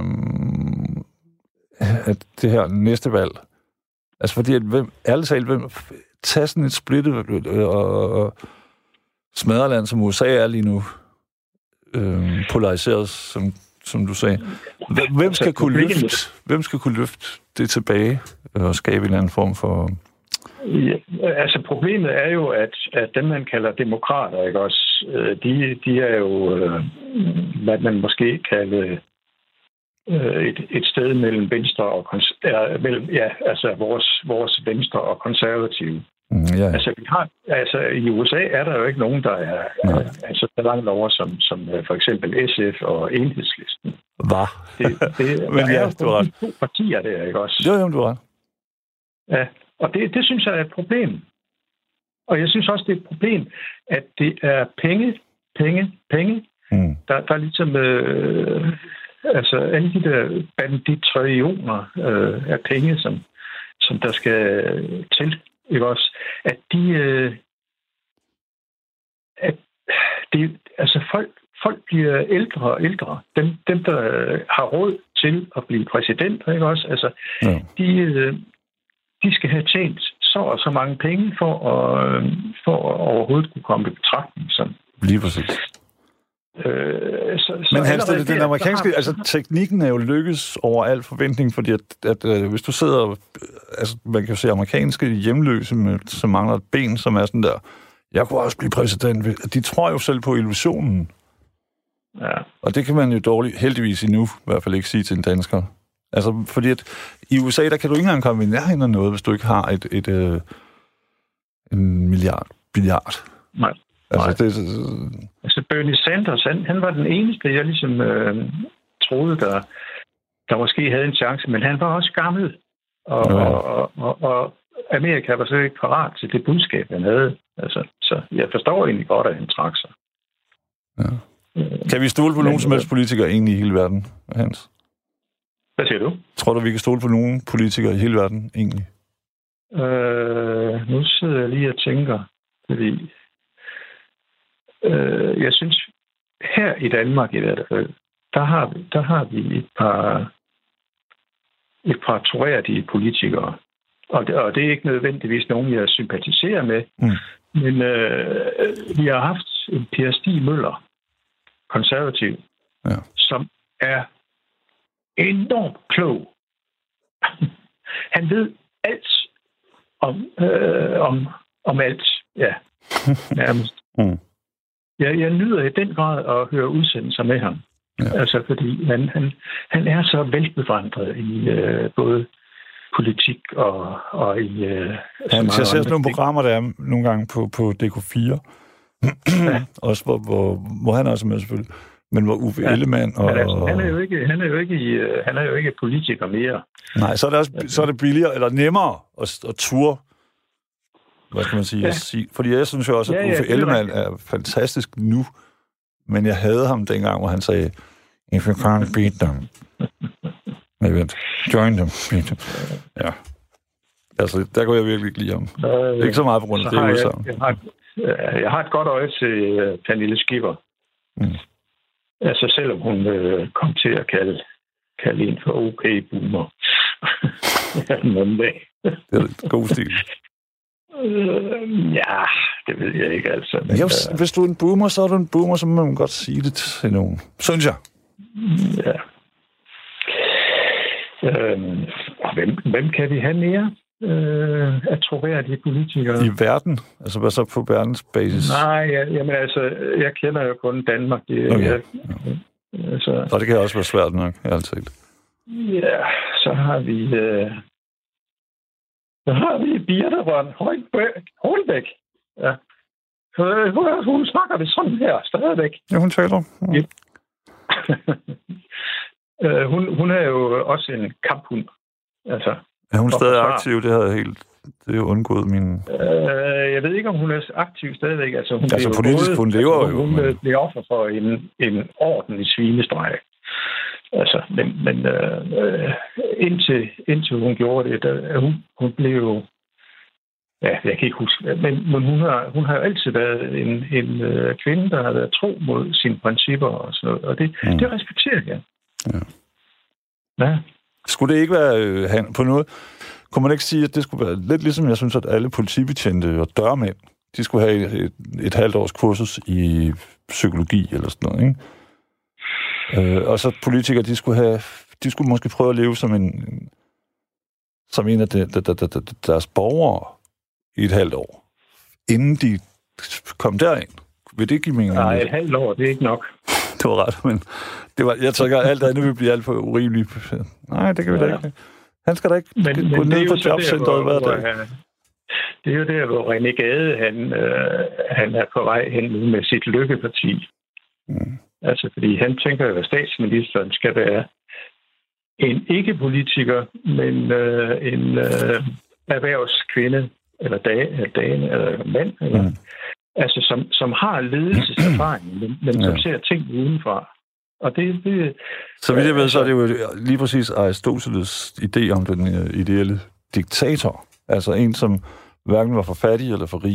at det her næste valg, altså fordi, at hvem, ærligt talt, hvem tager sådan et splittet og, og smadreland, som U S A er lige nu, øh, polariseret, som, som du sagde. Hvem skal kunne løfte, hvem skal kunne løfte det tilbage og skabe en eller anden form for... Ja, altså problemet er jo, at, at dem, man kalder demokrater, ikke også, de, de er jo, hvad man måske kalder Et, et sted mellem venstre og kons- mellem, ja, altså vores, vores venstre og konservative. Mm, yeah. Altså vi har, altså i U S A er der jo ikke nogen, der er, er altså så langt over som, som for eksempel S F og Enhedslisten. Hvad? Det, det Men ja, er du har to partier der, ikke også? Jo, jo, du har. Ja, og det, det synes jeg er et problem. Og jeg synes også, det er et problem, at det er penge, penge, penge, mm. der, der ligesom... Øh, Altså, alle de der bandittrillioner øh, af penge, som, som der skal til, ikke også? At de... Øh, at det, altså, folk, folk bliver ældre og ældre. Dem, dem der har råd til at blive præsident, ikke også? Altså, ja. de, øh, de skal have tjent så og så mange penge for at, for at overhovedet kunne komme i betragtning som... Lige præcis. Øh, så, så Men Hans, det, den amerikanske, har... altså teknikken er jo lykkes over al forventning, fordi at, at, at hvis du sidder, altså man kan jo se amerikanske hjemløse, med, som mangler et ben, som er sådan der, jeg kunne også blive præsident. De tror jo selv på illusionen. Ja. Og det kan man jo dårligt, heldigvis endnu, i hvert fald ikke sige til en dansker. Altså, fordi at i U S A, der kan du ikke engang komme i nærheden af noget, hvis du ikke har et, et, et en milliard, billiard. Nej. Altså, det, altså Bernie Sanders, han, han var den eneste, jeg ligesom øh, troede, der, der måske havde en chance, men han var også gammel, og, ja. og, og, og Amerika var så ikke parat til det budskab, han havde. Altså, så jeg forstår egentlig godt, at han trak sig. Ja. Kan vi stole på men, nogen som helst politikere egentlig i hele verden, Hans? Hvad siger du? Tror du, vi kan stole på nogen politikere i hele verden egentlig? Øh, nu sidder jeg lige og tænker, fordi øh, jeg synes, her i Danmark i hvert fald, der har vi, der har vi et par et par troværdige politikere. Og det, og det er ikke nødvendigvis nogen, jeg sympatiserer med. Mm. Men øh, vi har haft en Per Stig Møller, konservativ, ja. Som er enormt klog. Han ved alt om, øh, om, om alt. Ja, nærmest. Mm. Jeg, jeg nyder i den grad at høre udsendelser med ham. Ja. Altså, fordi han, han, han er så velbevandret i øh, både politik og, og i... Øh, han ser sådan nogle programmer, der er nogle gange på, på D K fire. Ja. Også hvor, hvor, hvor han også med selvfølgelig. Men hvor Uffe ja. Ellemann og... Altså, han er jo ikke, han er jo ikke, i, han er jo ikke politiker mere. Nej, så er det også så er det billigere, eller nemmere at, at ture. Hvad skal man sige? Ja. sige? Fordi jeg synes jo også, at ja, ja, Uffe Ellemann er, er fantastisk nu. Men jeg havde ham dengang, hvor han sagde, if you can't beat them, maybe join them, beat them. Ja. Altså, der kunne jeg virkelig ikke lide ham. Øh, ikke så meget på grund af det udsagn. Jeg, jeg, har, jeg har et godt øje til uh, Pernille Skipper. Mm. Altså, selvom hun øh, kom til at kalde, kalde en for okay-boomer. Den anden dag. Det er god stil. Øh, ja, det ved jeg ikke, altså. Men, jo, øh, hvis du er en boomer, så er du en boomer, så må man godt sige det til nogen. Synes jeg. Ja. Øh, hvem, hvem kan vi have mere øh, af troværdige politikere? I verden? Altså, hvad så på verdens basis? Nej, ja, jamen altså, jeg kender jo kun Danmark. Det, okay. jeg, ja. altså, Og det kan også være svært nok, altid. Ja, så har vi... Øh, Så har vi Birthe Rønn Hornbæk. Ja. Hun, hun snakker det sådan her stadigvæk. Ja, hun taler. Ja. uh, hun, hun er jo også en kamphund. Altså, er hun stadig aktiv? Det havde jeg helt det er jo undgået min... Uh, jeg ved ikke, om hun er aktiv stadigvæk. Altså, hun altså politisk, både, hun lever altså, jo. Hun men... bliver offer for en, en ordentlig svinestreg. Altså, men, men øh, indtil, indtil hun gjorde det, der, hun, hun blev jo... Ja, jeg kan ikke huske. Men, men hun, har, hun har jo altid været en, en øh, kvinde, der har været tro mod sine principper og sådan noget. Og det, mm. det respekterer jeg. Ja. Ja. Skulle det ikke være øh, han, på noget... Kunne man ikke sige, at det skulle være lidt ligesom, jeg synes, at alle politibetjente og dørmænd, de skulle have et, et, et halvt års kursus i psykologi eller sådan noget, ikke? Øh, og så politikere, de skulle have, de skulle måske prøve at leve som en, som en af de, de, de, de, de, deres borgere i et halvt år, inden de kom derind. Vil det give mening? Nej, et halvt år, det er ikke nok. Det var ret, men det var, jeg tænker, at alt andet vil blive alt for urimeligt. Nej, det kan vi da ikke. Han skal da ikke men, gå men ned på jobcenteret hver dag. Det er jo der, hvor René Gade, han, øh, han er på vej hen nu med sit lykkeparti. Mm. Altså, fordi han tænker jo, at statsministeren skal være en ikke-politiker, men øh, en øh, erhvervskvinde, eller dame, dame eller mand, eller, mm. altså, som, som har ledelseserfaring, men, men ja. Som ser ting udenfra. Og det, det, så vidt jeg ved, så er det jo lige præcis Aristoteles idé om den uh, ideelle diktator. Altså en, som hverken var for fattig eller for rig.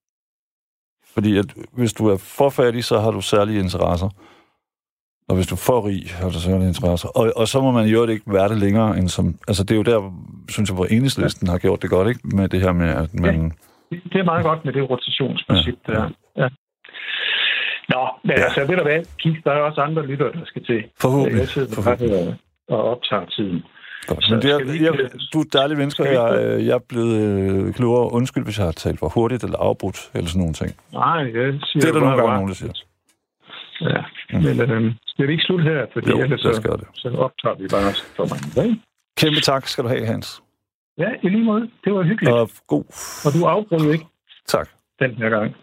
Fordi at, hvis du er for fattig, så har du særlige interesser. Og hvis du er for rig, har du særlige interesser. Og, og så må man jo ikke være det længere end som... Altså det er jo der, synes jeg, hvor Enhedslisten ja. Har gjort det godt, ikke? Med det her med, at man... Ja, det er meget godt med det rotationsprincip ja. Der. Ja. Nå, men ja. Altså, ved du hvad? Kig, der er også andre lytter, der skal til. Forhåbentlig. Jeg sidder Forhåbentlig. Og optager tiden. Godt. Men det er, ikke... jeg, du er dejlige mennesker. Jeg, jeg er blevet klogere. Undskyld, hvis jeg har talt for hurtigt eller afbrudt, eller sådan nogle ting. Nej, jeg siger det er der nogle gange nogen, der siger. Ja, mm. men øh, skal vi ikke slutte her? Fordi jo, ellers, det skal det. Så optager vi bare for mange. Kæmpe tak skal du have, Hans. Ja, i lige måde. Det var hyggeligt. Og god. Og du afbrød ikke. Tak. Den her gang.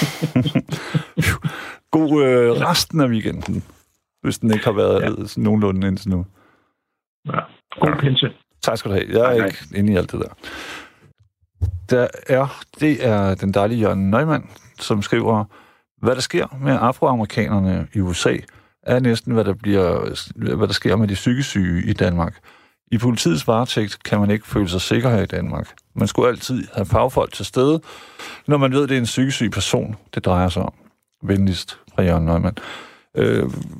God øh, resten af weekenden, hvis den ikke har været ja. Nogenlunde indtil nu. Ja, god ja. Pinse. Tak skal du have. Jeg er nej, ikke nej. Inde i alt det der. Der er, det er den dejlige Jørgen Neumann, som skriver, hvad der sker med afroamerikanerne i U S A, er næsten, hvad der, bliver, hvad der sker med de psykisk syge i Danmark. I politiets varetægt kan man ikke føle sig sikker her i Danmark. Man skulle altid have fagfolk til stede, når man ved, at det er en psykisk syg person, det drejer sig om. Venligst fra Jørgen Neumann. Øh,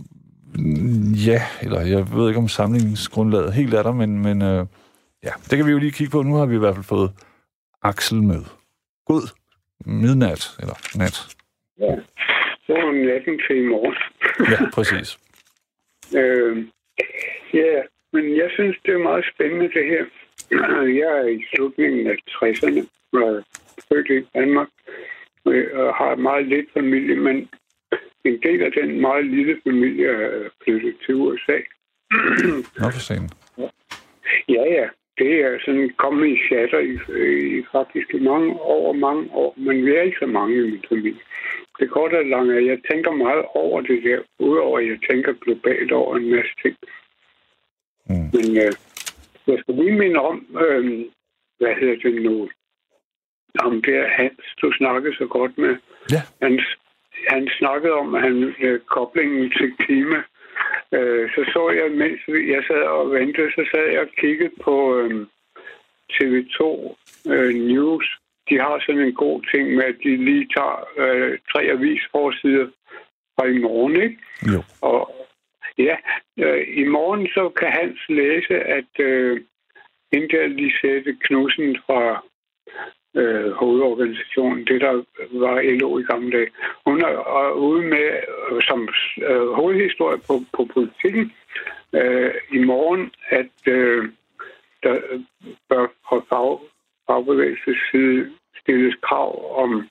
ja, eller jeg ved ikke om samlingsgrundlaget helt er der, men, men øh, ja, det kan vi jo lige kigge på. Nu har vi i hvert fald fået Axel med. God midnat, eller nat. Ja, så er natten til i morgen. Ja, præcis. øh, ja, men jeg synes, det er meget spændende, det her. Jeg er i slutningen af tresserne, og er født i Danmark, og har meget lidt familie, men en del af den meget lille familie er flyttet til U S A. Nå, for sent. Ja, ja. Det er sådan kommet i chatter i, i faktisk mange år og mange år, men vi er ikke så mange i min familie. Det korte og lange er, jeg tænker meget over det der, udover at jeg tænker globalt over en masse ting. Mm. Men øh, jeg skal lige minde om, øh, hvad hedder det nu, om det er Hans, du snakkede så godt med. Ja. Han, han snakkede om, at han, øh, koblingen til klima. Øh, så så jeg, mens jeg sad og ventede, så sad jeg og kiggede på øh, T V to øh, News. De har sådan en god ting med, at de lige tager øh, tre avisforsider fra i morgen, ikke? Jo. Og ja, øh, i morgen så kan Hans læse, at øh, hende der Lisette Knudsen fra øh, hovedorganisationen, det der var L O i gamle dage, hun er, er ude med øh, som øh, hovedhistorie på, på politikken øh, i morgen, at øh, der bør fra fag, fagbevægelsens side stilles krav om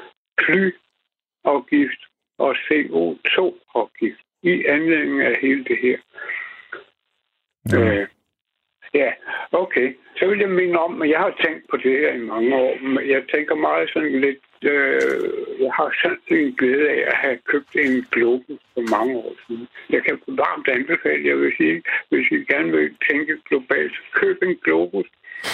flyafgift og C O to afgift i anledning af hele det her. Ja. Øh, ja, okay. Så vil jeg minde om, at jeg har tænkt på det her i mange år. Jeg tænker meget sådan lidt... Øh, jeg har sådan en glæde af at have købt en Globus for mange år siden. Jeg kan varmt anbefale, jeg vil sige, hvis I gerne vil tænke globalt, køb en Globus.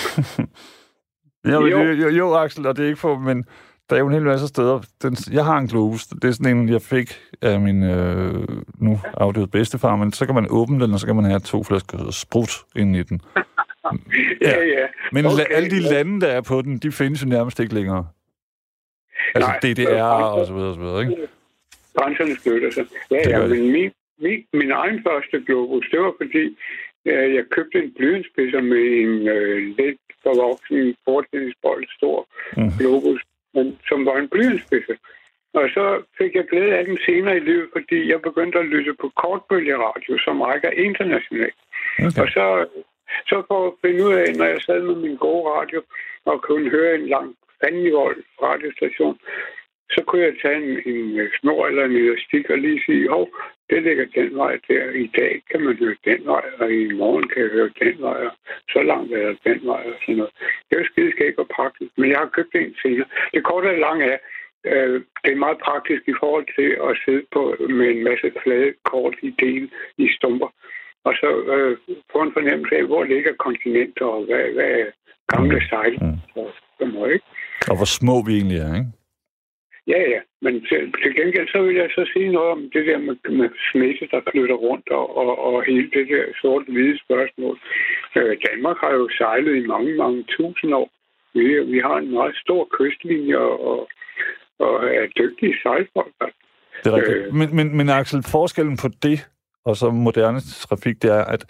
jo, jo. Jo, jo, Axel, og det er ikke for... Men der er jo en hel masse steder. Den, jeg har en Globus. Det er sådan en, jeg fik af min øh, nu afdøde bedstefar, men så kan man åbne den, og så kan man have to flasker sprut inde i den. Ja, ja. Men okay. alle de lande, der er på den, de findes jo nærmest ikke længere. Altså Nej, D D R og så videre, og så videre, ikke? Grænserne støtter sig. Ja, ja, men min, min, min egen første Globus, det var fordi, øh, jeg købte en blyantspidser med en øh, let forvoksen, fortællingsbold, stor mm. Globus, men, som var en blyantspidser. Og så fik jeg glæde af den senere i livet, fordi jeg begyndte at lytte på kortbølgeradio, som rækker internationalt. Okay. Og så, så for at finde ud af, når jeg sad med min gode radio og kunne høre en lang fandenivold radiostation, så kunne jeg tage en, en snor eller en elastik og lige sige, hov, det ligger den vej der. I dag kan man høre den vej, og i morgen kan jeg høre den vej, og så langt er der den vej og sådan noget. Det er jo skideskægt og praktisk, men jeg har købt en senere. Det korte og lange er, øh, det er meget praktisk i forhold til at sidde på med en masse flade kort i del i stumper, og så øh, få en fornemmelse af, hvor ligger kontinenter, og hvad, hvad er gamle sejl. Mm. Ikke? Og hvor små vi egentlig er, ikke? Ja, ja. Men til, til gengæld så vil jeg så sige noget om det der med, med smitte, der flytter rundt, og, og, og hele det der sort-hvide spørgsmål. Øh, Danmark har jo sejlet i mange, mange tusind år. Vi, vi har en meget stor kystlinje, og, og er dygtige sejlfolk. Det er rigtigt. Øh, men, men, men Axel, forskellen på det og så moderne trafik, det er, at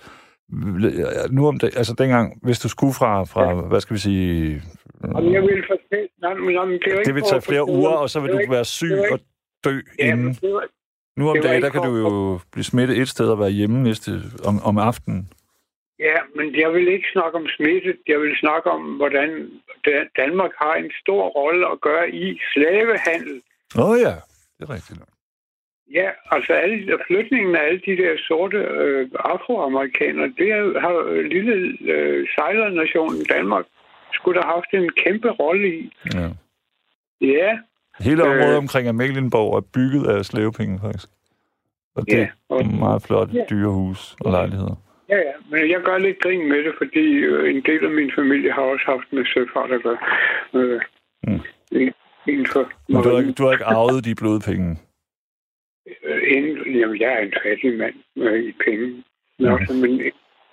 nu om det, altså dengang, hvis du skulle fra, fra ja. hvad skal vi sige... Jamen, jeg vil fortælle... Nej, men, jamen, det, det vil tage flere uger, og så vil du være syg ikke, og dø ja, inden. Var, nu om dagen, der kan du jo blive smittet et sted og være hjemme næste om, om aftenen. Ja, men jeg vil ikke snakke om smitte. Jeg vil snakke om, hvordan Danmark har en stor rolle at gøre i slavehandel. Åh oh, ja, det er rigtigt nok. Ja, altså alle, flytningen af alle de der sorte øh, afroamerikanere, det har lille øh, sejlernationen Danmark skulle have haft en kæmpe rolle i. Ja. Ja. Hele området øh, omkring Amalienborg er bygget af slavepenge, faktisk. Og det ja, og, er meget flot ja. Dyrehus og lejligheder. Ja, ja, men jeg gør lidt grin med det, fordi øh, en del af min familie har også haft med søfart at gøre. Øh, mm. en for men du har, du har ikke arvet de blodpenge? Inden, jamen, jeg er en fattig mand øh, i penge. Mm. Også, men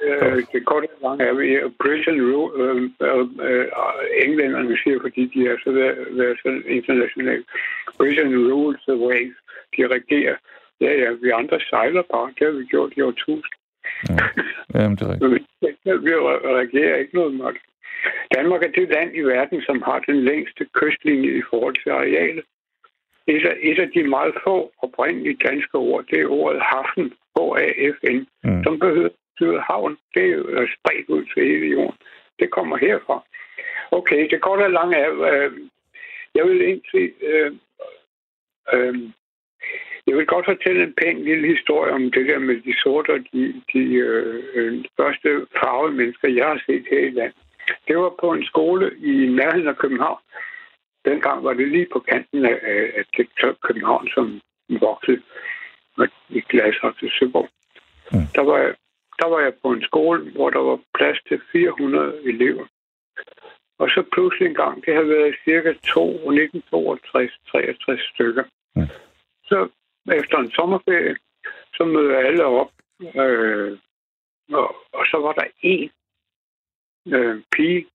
Øh, det korte lange er, at Britain Rule, øh, øh, øh, englænderne siger, fordi de er så været så internationalt. Britain rules the waves. De regerer. Ja, ja, vi andre sejler bare. Det har vi gjort i årtusind. Ja, jamen, det er rigtigt. Vi regerer ikke noget mål. Danmark er det land i verden, som har den længste kystlinje i forhold til arealet. Et af, et af de meget få oprindelige danske ord, det er ordet hafen, H A F N, mm. som betyder havn. Det er jo spredt ud til hele jorden. Det kommer herfra. Okay, det går da langt af. Øh, jeg vil indtil... Øh, øh, jeg vil godt fortælle en pæn lille historie om det der med de sorte og de, de øh, første farvede mennesker, jeg har set her i landet. Det var på en skole i nærheden af København. Dengang var det lige på kanten af, af det København, som voksede i Gladsaxe til Søborg. Mm. Der, var jeg, der var jeg på en skole, hvor der var plads til fire hundrede elever. Og så pludselig en gang, det havde været cirka nitten toogtres til treogtres stykker. Mm. Så efter en sommerferie, så mødte alle op, øh, og, og så var der en øh, pige,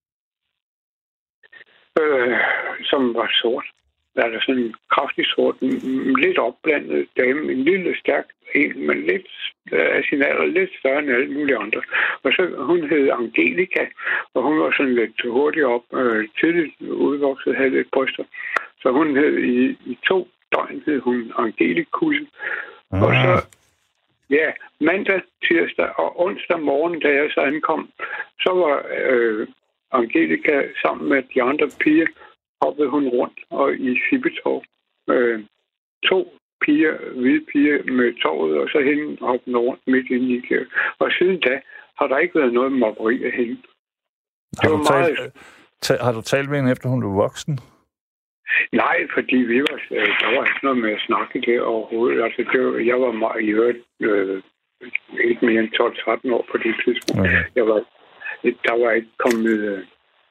øh, som var sort. Der er sådan en kraftig sort, en lidt opblandet dame, en lille stærk en, men lidt af sin alder, lidt større end alle mulige andre. Og så hun hed Angelica, og hun var sådan lidt hurtigt op, øh, tidligt udvokset, havde lidt bryster. Så hun hed i, i to døgn hed hun Angelikusse. Ah. Og så, ja, mandag, tirsdag og onsdag morgen, da jeg så ankom, så var øh, Angelica sammen med de andre piger, hoppede hun rundt og i Sibetov. Øh, to piger, hvide piger med toget, og så hende hoppede rundt midt inde i det. Og siden da har der ikke været noget mobberi af hende. Har du, meget... talt, ta- har du talt med hende, efter hun blev voksen? Nej, fordi vi var, der var ikke noget med at snakke det overhovedet. Altså, det var, jeg var meget, i øvrigt, øh, ikke mere end tolv tretten år på det tidspunkt. Okay. Jeg var, der var ikke kommet... Øh,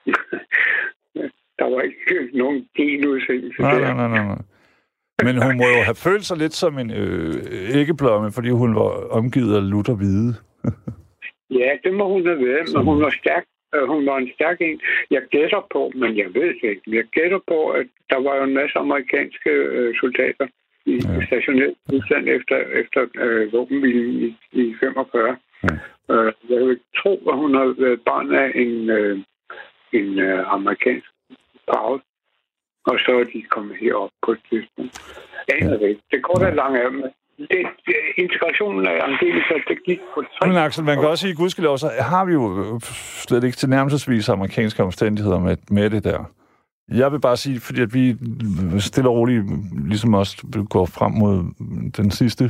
der var ikke nogen genudsendelse nej, der. Nej, nej, nej. Men hun må jo have følt sig lidt som en øh, æggeblomme, fordi hun var omgivet af lutter hvide. Ja, det må hun have været, men hun var stærk. Hun var en stærk en. Jeg gætter på, men jeg ved det ikke. Jeg gætter på, at der var jo en masse amerikanske øh, soldater i ja. stationeret Rusland efter, efter øh, våbenhvilen i, i femogfyrre. Ja. Øh, jeg vil tro, at hun har været barn af en, øh, en øh, amerikansk farve. Og så er de kommet herop på et tidspunkt. Aner det ikke. Det går da langt af med. Det, integrationen af Angelica, det gik på tre... Men Axel, man kan også sige, gudskelov, så har vi jo slet ikke tilnærmelsesvis amerikanske omstændigheder med, med det der. Jeg vil bare sige, fordi at vi stille og roligt, ligesom også går frem mod den sidste...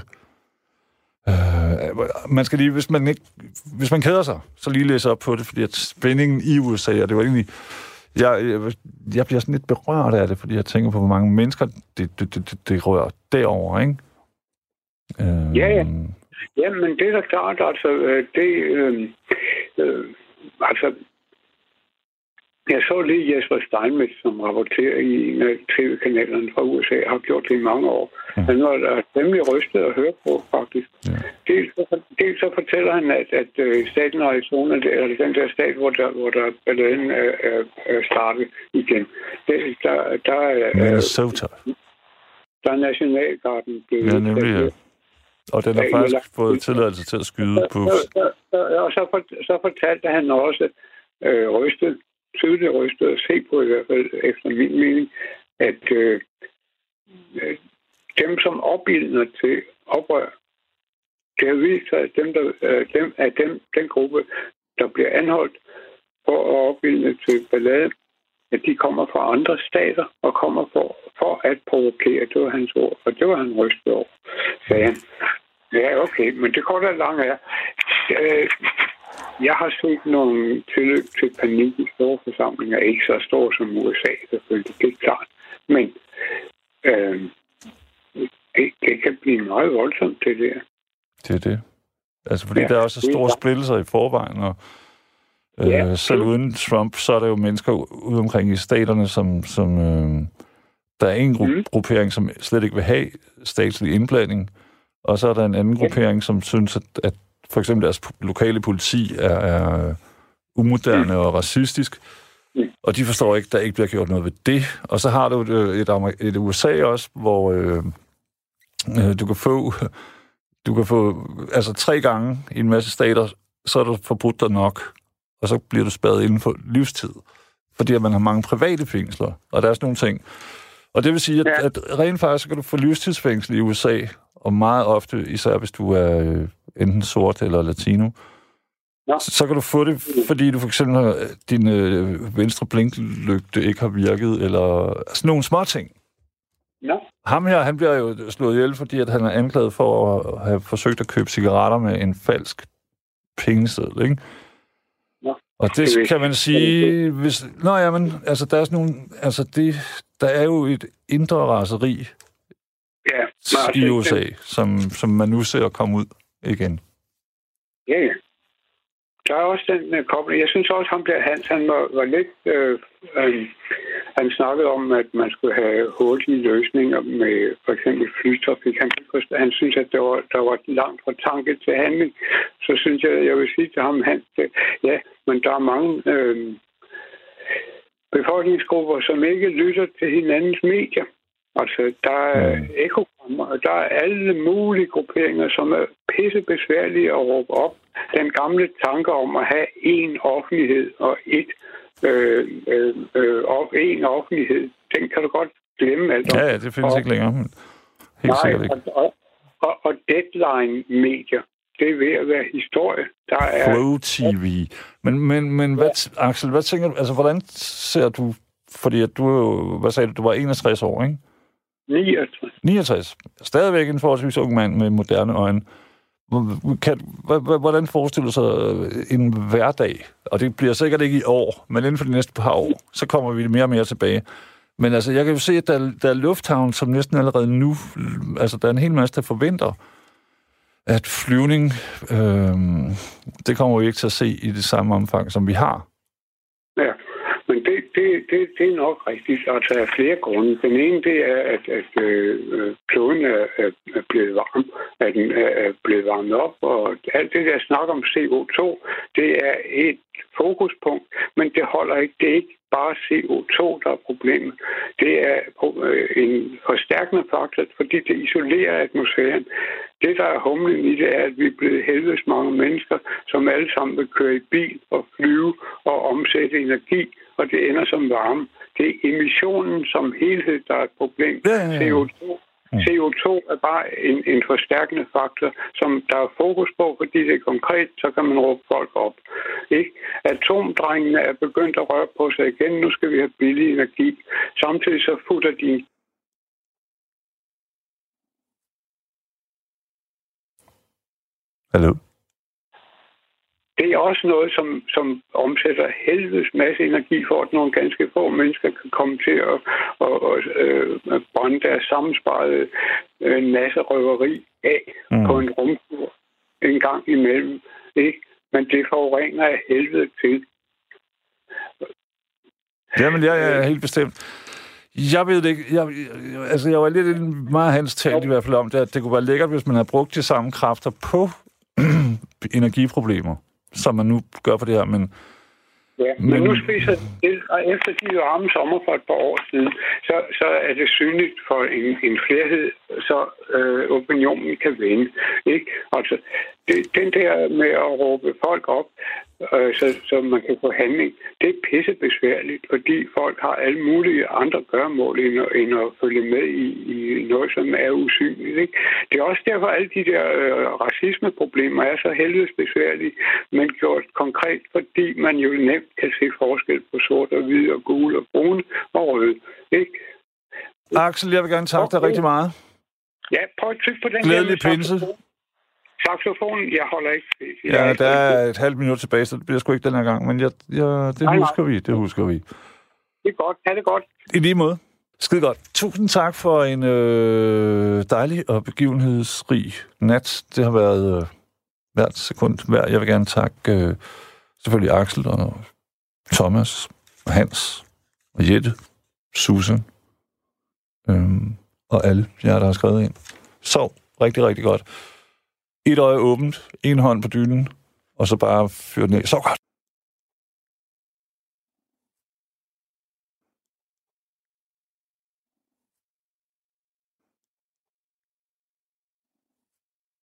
Øh, man skal lige, hvis man ikke... Hvis man keder sig, så lige læse op på det, fordi at spændingen i U S A, og det var egentlig... Jeg, jeg, jeg bliver sådan lidt berørt af det, fordi jeg tænker på, hvor mange mennesker det, det, det, det rører derovre, ikke? Øh... Ja, ja. Ja, men det er da klart, altså, det, øh, øh, altså, jeg så lige Jesper Steinmetz, som rapporterer i en af tv-kanalerne fra U S A, har gjort det i mange år. Ja. Han var da temmelig rystet at høre på, faktisk. Ja. Dels, dels så fortæller han, at, at staten Arizona, eller den der stat, hvor der, hvor der balladen er, er, er startet igen, det, der, der er... Minnesota. Der er Nationalgarden blevet... Ja, nemlig, ja. Og den har ja, faktisk fået tilladelse til at skyde på... Og så, for, så fortalte han også øh, rystet, tydeligt rystet at se på i hvert fald, efter min mening, at øh, dem, som opildner til oprør, det har vist sig, at dem, der, øh, dem, at dem, den gruppe, der bliver anholdt for at opildne til ballade, at de kommer fra andre stater og kommer for, for at provokere. Det var hans ord, og det var han rystet over, sagde han. Ja, okay, men det går da langt af. Øh, Jeg har set nogle tilløb til panik i store forsamlinger, ikke så store som U S A, selvfølgelig, det er klart. Men øh, det, det kan blive meget voldsomt, det der. Det er det. Altså, fordi ja, der er også store splittelser i forvejen, og øh, ja, selv uden Trump, så er der jo mennesker ude omkring i staterne, som, som øh, der er en gru- mm. gruppering, som slet ikke vil have statslig indblanding, og så er der en anden ja. gruppering, som synes, at, at for eksempel deres lokale politi er, er umoderne mm. og racistisk, mm. og de forstår ikke, at der ikke bliver gjort noget ved det. Og så har du et, et, et U S A også, hvor øh, øh, du kan få du kan få altså tre gange i en masse stater, så er du forbudt dig nok, og så bliver du spadet inden for livstid, fordi at man har mange private fængsler, og der er sådan nogle ting. Og det vil sige, at, ja. at rent faktisk kan du få livstidsfængsel i U S A, og meget ofte, især hvis du er øh, enten sort eller latino, ja. så, så kan du få det, fordi du for eksempel har, din øh, venstre blinklygte ikke har virket, eller sådan nogle små ting. Ja. Ham her, han bliver jo slået ihjel, fordi at han er anklaget for at have forsøgt at købe cigaretter med en falsk pengeseddel, ikke? Ja. Og det kan man sige, hvis... Nå ja, men altså, der er sådan nogle... Altså, det, der er jo et indre raseri ja, i U S A, som, som man nu ser komme ud igen. Ja, ja. Der er også den uh, kobling. Jeg synes også, ham der Hans, han var, var lidt... Øh, øh, han snakkede om, at man skulle have hurtige løsninger med for eksempel flytrafik. Han, han synes, at der var, der var langt fra tanke til handling. Så synes jeg, jeg vil sige til ham, Hans, at, ja, men der er mange øh, befolkningsgrupper, som ikke lytter til hinandens medier. Altså, der er mm. ekogrammer, og der er alle mulige grupperinger, som er pisse besværlige at råbe op. Den gamle tanke om at have én offentlighed og et øh, øh, øh, én offentlighed, den kan du godt glemme alt om. Ja, ja, det findes og, ikke længere. Helt nej, sikkert ikke. Og, og, og deadline-medier, det er ved at være historie. Der er Flow T V. Men, men, men hvad, Axel, hvad tænker du, altså hvordan ser du, fordi at du er jo, hvad sagde du, du var enogtres år, ikke? niogtres. niogtres. Stadigvæk en forholdsvis ung mand med moderne øjne. Kan, hvordan forestiller du sig en hverdag? Og det bliver sikkert ikke i år, men inden for de næste par år, så kommer vi mere og mere tilbage. Men altså, jeg kan jo se, at der, der er lufthavn, som næsten allerede nu, altså der er en hel masse, der forventer, at flyvning, øh, det kommer vi ikke til at se i det samme omfang, som vi har. Ja. Men det, det, det, det er nok rigtigt. Altså af flere grunde. Den ene, det er, at, at øh, kloden er, er blevet varm. At den er blevet varmet op. Og alt det der snak om C O to, det er et fokuspunkt. Men det holder ikke. Det er ikke bare C O to, der er problemet. Det er en forstærkende faktor, fordi det isolerer atmosfæren. Det, der er humlen i det, er, at vi er blevet helvedes mange mennesker, som alle sammen vil køre i bil og flyve og omsætte energi, og det ender som varme. Det er emissionen som helhed, der er et problem. Ja, ja, ja. C O to, C O to er bare en, en forstærkende faktor, som der er fokus på, fordi det er konkret, så kan man råbe folk op. Ikke? Atomdrengene er begyndt at røre på sig igen. Nu skal vi have billig energi. Samtidig så futter de. Hallo? Det er også noget, som, som omsætter helvedes masse energi for, at nogle ganske få mennesker kan komme til at, at, at, at brænde deres sammensparede øh, nasserøveri af mm. på en rumtur en gang imellem. Ikke? Men det forurener af helvede til. Jamen, jeg er helt bestemt. Jeg ved det ikke. Jeg, altså, jeg var lidt meget hans talt i hvert fald om det, at det kunne være lækkert, hvis man havde brugt de samme kræfter på energiproblemer, som man nu gør for det her, men... Ja, men, men nu spiser det, og efter de varme sommer for et par år siden, så, så er det synligt for en, en flerhed, så øh, opinionen kan vinde. Ikke? Altså, det, den der med at råbe folk op, øh, så, så man kan få handling, det er pissebesværligt, fordi folk har alle mulige andre gøremål, end, end at følge med i, i noget, som er usynligt. Ikke? Det er også derfor, at alle de der øh, racismeproblemer er så helvedes besværlige, men gjort konkret, fordi man jo nemt kan se forskel på sort og hvid og gul og brun og rød. Ikke? Axel, jeg vil gerne takke dig rigtig meget. Ja, prøv at tykke på den. Glædelig pinse. Saxofonen, jeg holder ikke. Jeg ja, der er et halvt minut tilbage, så det bliver sgu ikke den her gang, men jeg, jeg, det nej, husker nej. vi, det husker vi. Det er godt, ha' det godt. I lige måde. Skide godt. Tusind tak for en øh, dejlig og begivenhedsrig nat. Det har været øh, hvert sekund hver. Jeg vil gerne takke øh, selvfølgelig Axel og Thomas og Hans og Jette, Susan øh, og alle jer, der har skrevet ind. Sov rigtig, rigtig godt. et øje åbent, en hånd på dynen, og så bare fyre den af. Så godt.